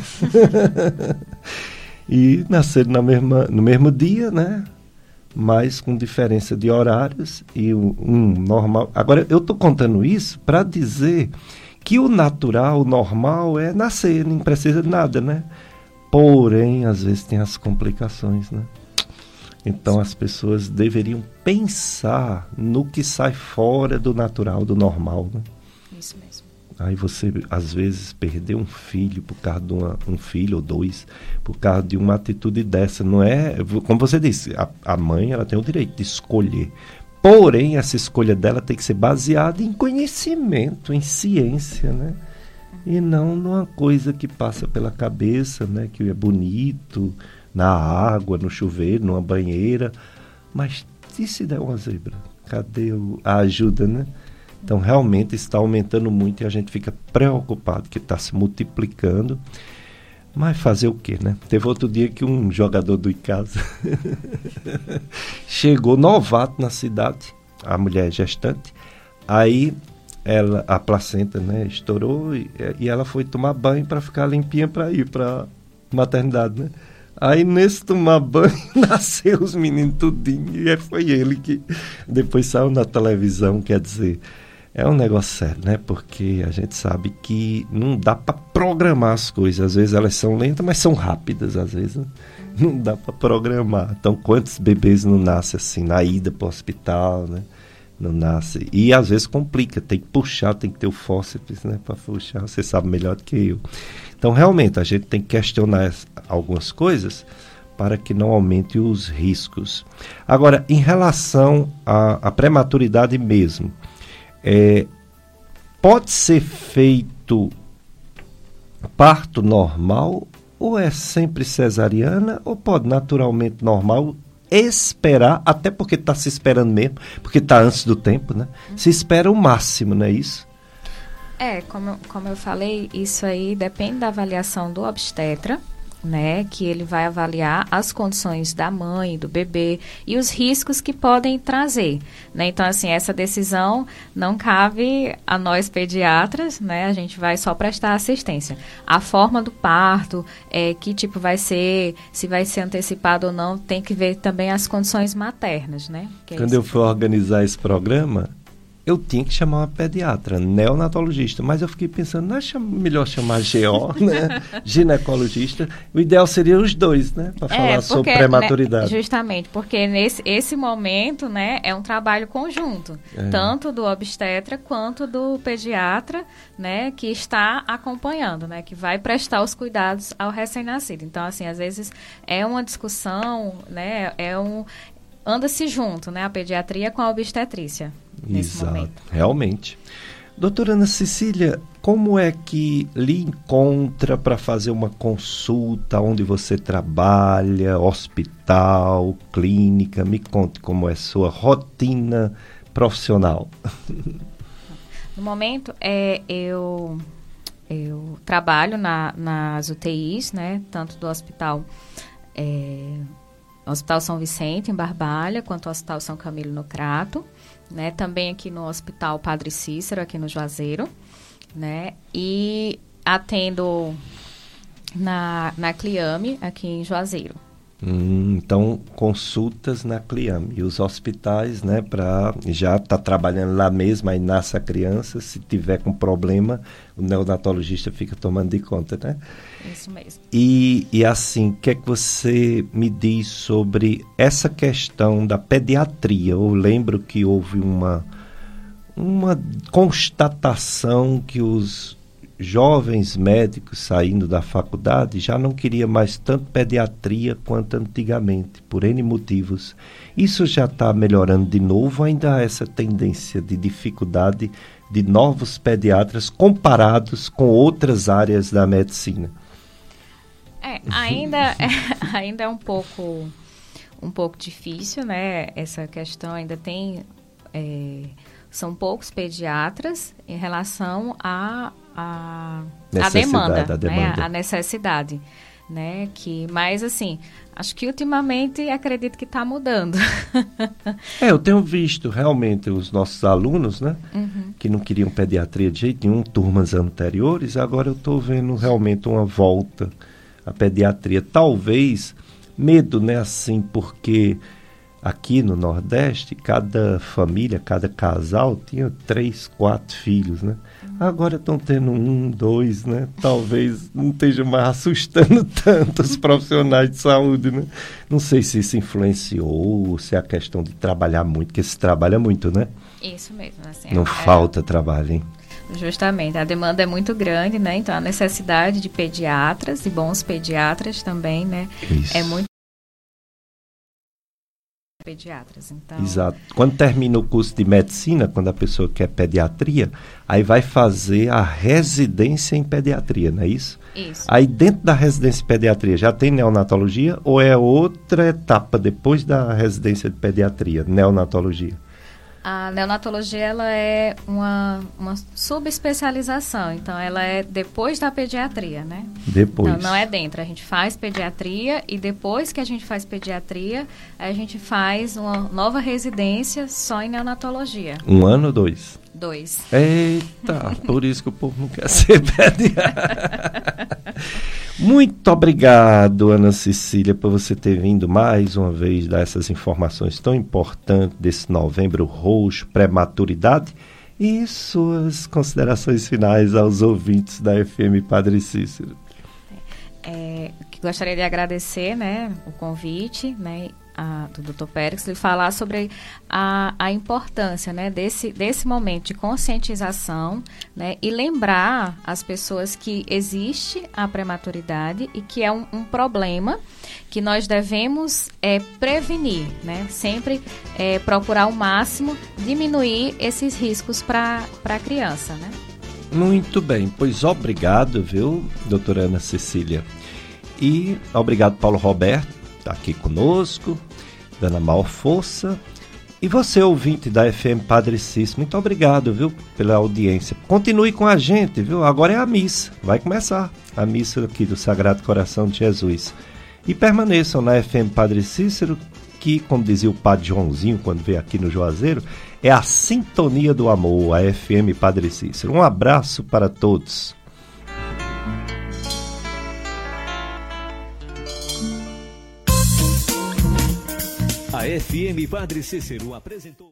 A: E nasceram na mesma, no mesmo dia, né? Mas com diferença de horários e um, um normal. Agora, eu estou contando isso para dizer que o natural, o normal é nascer, não precisa de nada, né? Porém, às vezes tem as complicações, né? Então as pessoas deveriam pensar no que sai fora do natural, do normal, né?
C: Isso mesmo.
A: Aí você, às vezes, perdeu um filho por causa de uma, um filho ou dois, por causa de uma atitude dessa. Não é, como você disse, a, a mãe ela tem o direito de escolher. Porém, essa escolha dela tem que ser baseada em conhecimento, em ciência, né? E não numa coisa que passa pela cabeça, né? Que é bonito, na água, no chuveiro, numa banheira. Mas e se der uma zebra? Cadê o, a ajuda, né? Então, realmente está aumentando muito e a gente fica preocupado que está se multiplicando. Mas fazer o quê, né? Teve outro dia que um jogador do Icasa chegou novato na cidade, a mulher gestante, aí ela, a placenta, né, estourou e, e ela foi tomar banho para ficar limpinha para ir para a maternidade, né? Aí nesse tomar banho nasceu os meninos tudinho e foi ele que depois saiu na televisão, quer dizer, é um negócio sério, né? Porque a gente sabe que não dá para programar as coisas, às vezes elas são lentas, mas são rápidas, às vezes, né? Não dá para programar. Então quantos bebês não nascem assim, na ida para o hospital, né? Não nasce, e às vezes complica, tem que puxar, tem que ter o fórceps, né, para puxar, você sabe melhor do que eu. Então realmente a gente tem que questionar algumas coisas para que não aumente os riscos. Agora, em relação à, à prematuridade mesmo, é, pode ser feito parto normal ou é sempre cesariana ou pode naturalmente normal esperar, até porque está se esperando mesmo, porque está antes do tempo, né? Se espera o máximo, não é isso?
C: É, como, como eu falei, isso aí depende da avaliação do obstetra, né? Que ele vai avaliar as condições da mãe, do bebê e os riscos que podem trazer, né? Então, assim, essa decisão não cabe a nós pediatras, né? A gente vai só prestar assistência. A forma do parto, é, que tipo vai ser, se vai ser antecipado ou não, tem que ver também as condições maternas, né? Que
A: Quando
C: é
A: eu for organizar esse programa, eu tinha que chamar uma pediatra, neonatologista, mas eu fiquei pensando, não é cham- melhor chamar G O, né? Ginecologista. O ideal seria os dois, né? Para falar
C: é, porque,
A: sobre prematuridade.
C: Né, justamente, porque nesse esse momento, né, é um trabalho conjunto, é. Tanto do obstetra quanto do pediatra, né, que está acompanhando, né, que vai prestar os cuidados ao recém-nascido. Então, assim, às vezes é uma discussão, né, é um... anda-se junto, né, a pediatria com a obstetrícia. Nesse
A: Exato,
C: momento.
A: Realmente. Doutora Ana Cecília, como é que lhe encontra para fazer uma consulta onde você trabalha, hospital, clínica? Me conte como é sua rotina profissional.
C: No momento, é, eu, eu trabalho na, nas U T Is, né? Tanto do hospital, é, Hospital São Vicente, em Barbalha, quanto o Hospital São Camilo, no Crato. Né? Também aqui no Hospital Padre Cícero, aqui no Juazeiro. Né? E atendo na, na Cliame, aqui em Juazeiro.
A: Hum, então, consultas na Cliame. E os hospitais, né, para já tá trabalhando lá mesmo, aí nasce a criança, se tiver com problema, o neonatologista fica tomando de conta, né?
C: Isso mesmo.
A: E, e assim, o que é que você me diz sobre essa questão da pediatria? Eu lembro que houve uma, uma constatação que os jovens médicos saindo da faculdade já não queriam mais tanto pediatria quanto antigamente, por N motivos. Isso já está melhorando de novo, ainda há essa tendência de dificuldade de novos pediatras comparados com outras áreas da medicina?
C: É, ainda é, ainda é um pouco, um pouco difícil, né? Essa questão ainda tem... É, são poucos pediatras em relação à a, a, a demanda, a, demanda. Né? a necessidade. Né? Que, mas, assim, acho que ultimamente acredito que está mudando.
A: É, eu tenho visto realmente os nossos alunos, né? Uhum. Que não queriam pediatria de jeito nenhum, turmas anteriores, agora eu estou vendo realmente uma volta à pediatria. Talvez medo, né? Assim, porque... Aqui no Nordeste, cada família, cada casal tinha três, quatro filhos, né? Agora estão tendo um, dois, né? Talvez não esteja mais assustando tanto os profissionais de saúde, né? Não sei se isso influenciou, se é a questão de trabalhar muito, porque se trabalha muito, né?
C: Isso mesmo. Assim,
A: não
C: é,
A: falta trabalho, hein?
C: Justamente, a demanda é muito grande, né? Então a necessidade de pediatras e bons pediatras também, né?
A: Isso.
C: É muito pediatras, então...
A: Exato. Quando termina o curso de medicina, quando a pessoa quer pediatria, aí vai fazer a residência em pediatria, não é isso?
C: Isso.
A: Aí dentro da residência em pediatria já tem neonatologia ou é outra etapa depois da residência de pediatria, neonatologia?
C: A neonatologia, ela é uma, uma subespecialização, então ela é depois da pediatria, né?
A: Depois.
C: Então, não é dentro, a gente faz pediatria e depois que a gente faz pediatria, a gente faz uma nova residência só em neonatologia.
A: Um ano ou dois?
C: Dois.
A: Eita, por isso que o povo não quer ser pediatra. Muito obrigado, Ana Cecília, por você ter vindo mais uma vez dar essas informações tão importantes desse novembro roxo, prematuridade, e suas considerações finais aos ouvintes da F M Padre Cícero.
C: É, gostaria de agradecer, né, o convite, né, a, do doutor Périx, e falar sobre a, a importância, né, desse, desse momento de conscientização, né, e lembrar as pessoas que existe a prematuridade e que é um, um problema que nós devemos é, prevenir, né, sempre é, procurar ao máximo diminuir esses riscos para a criança, né.
A: Muito bem, pois obrigado, viu, doutora Ana Cecília. E obrigado, Paulo Roberto, está aqui conosco, dando a maior força. E você, ouvinte da F M Padre Cícero, muito obrigado, viu, pela audiência. Continue com a gente, viu? Agora é a missa, vai começar a missa aqui do Sagrado Coração de Jesus. E permaneçam na F M Padre Cícero, que, como dizia o Padre Joãozinho quando veio aqui no Juazeiro, é a sintonia do amor, a F M Padre Cícero. Um abraço para todos.
D: A F M Padre Cícero apresentou...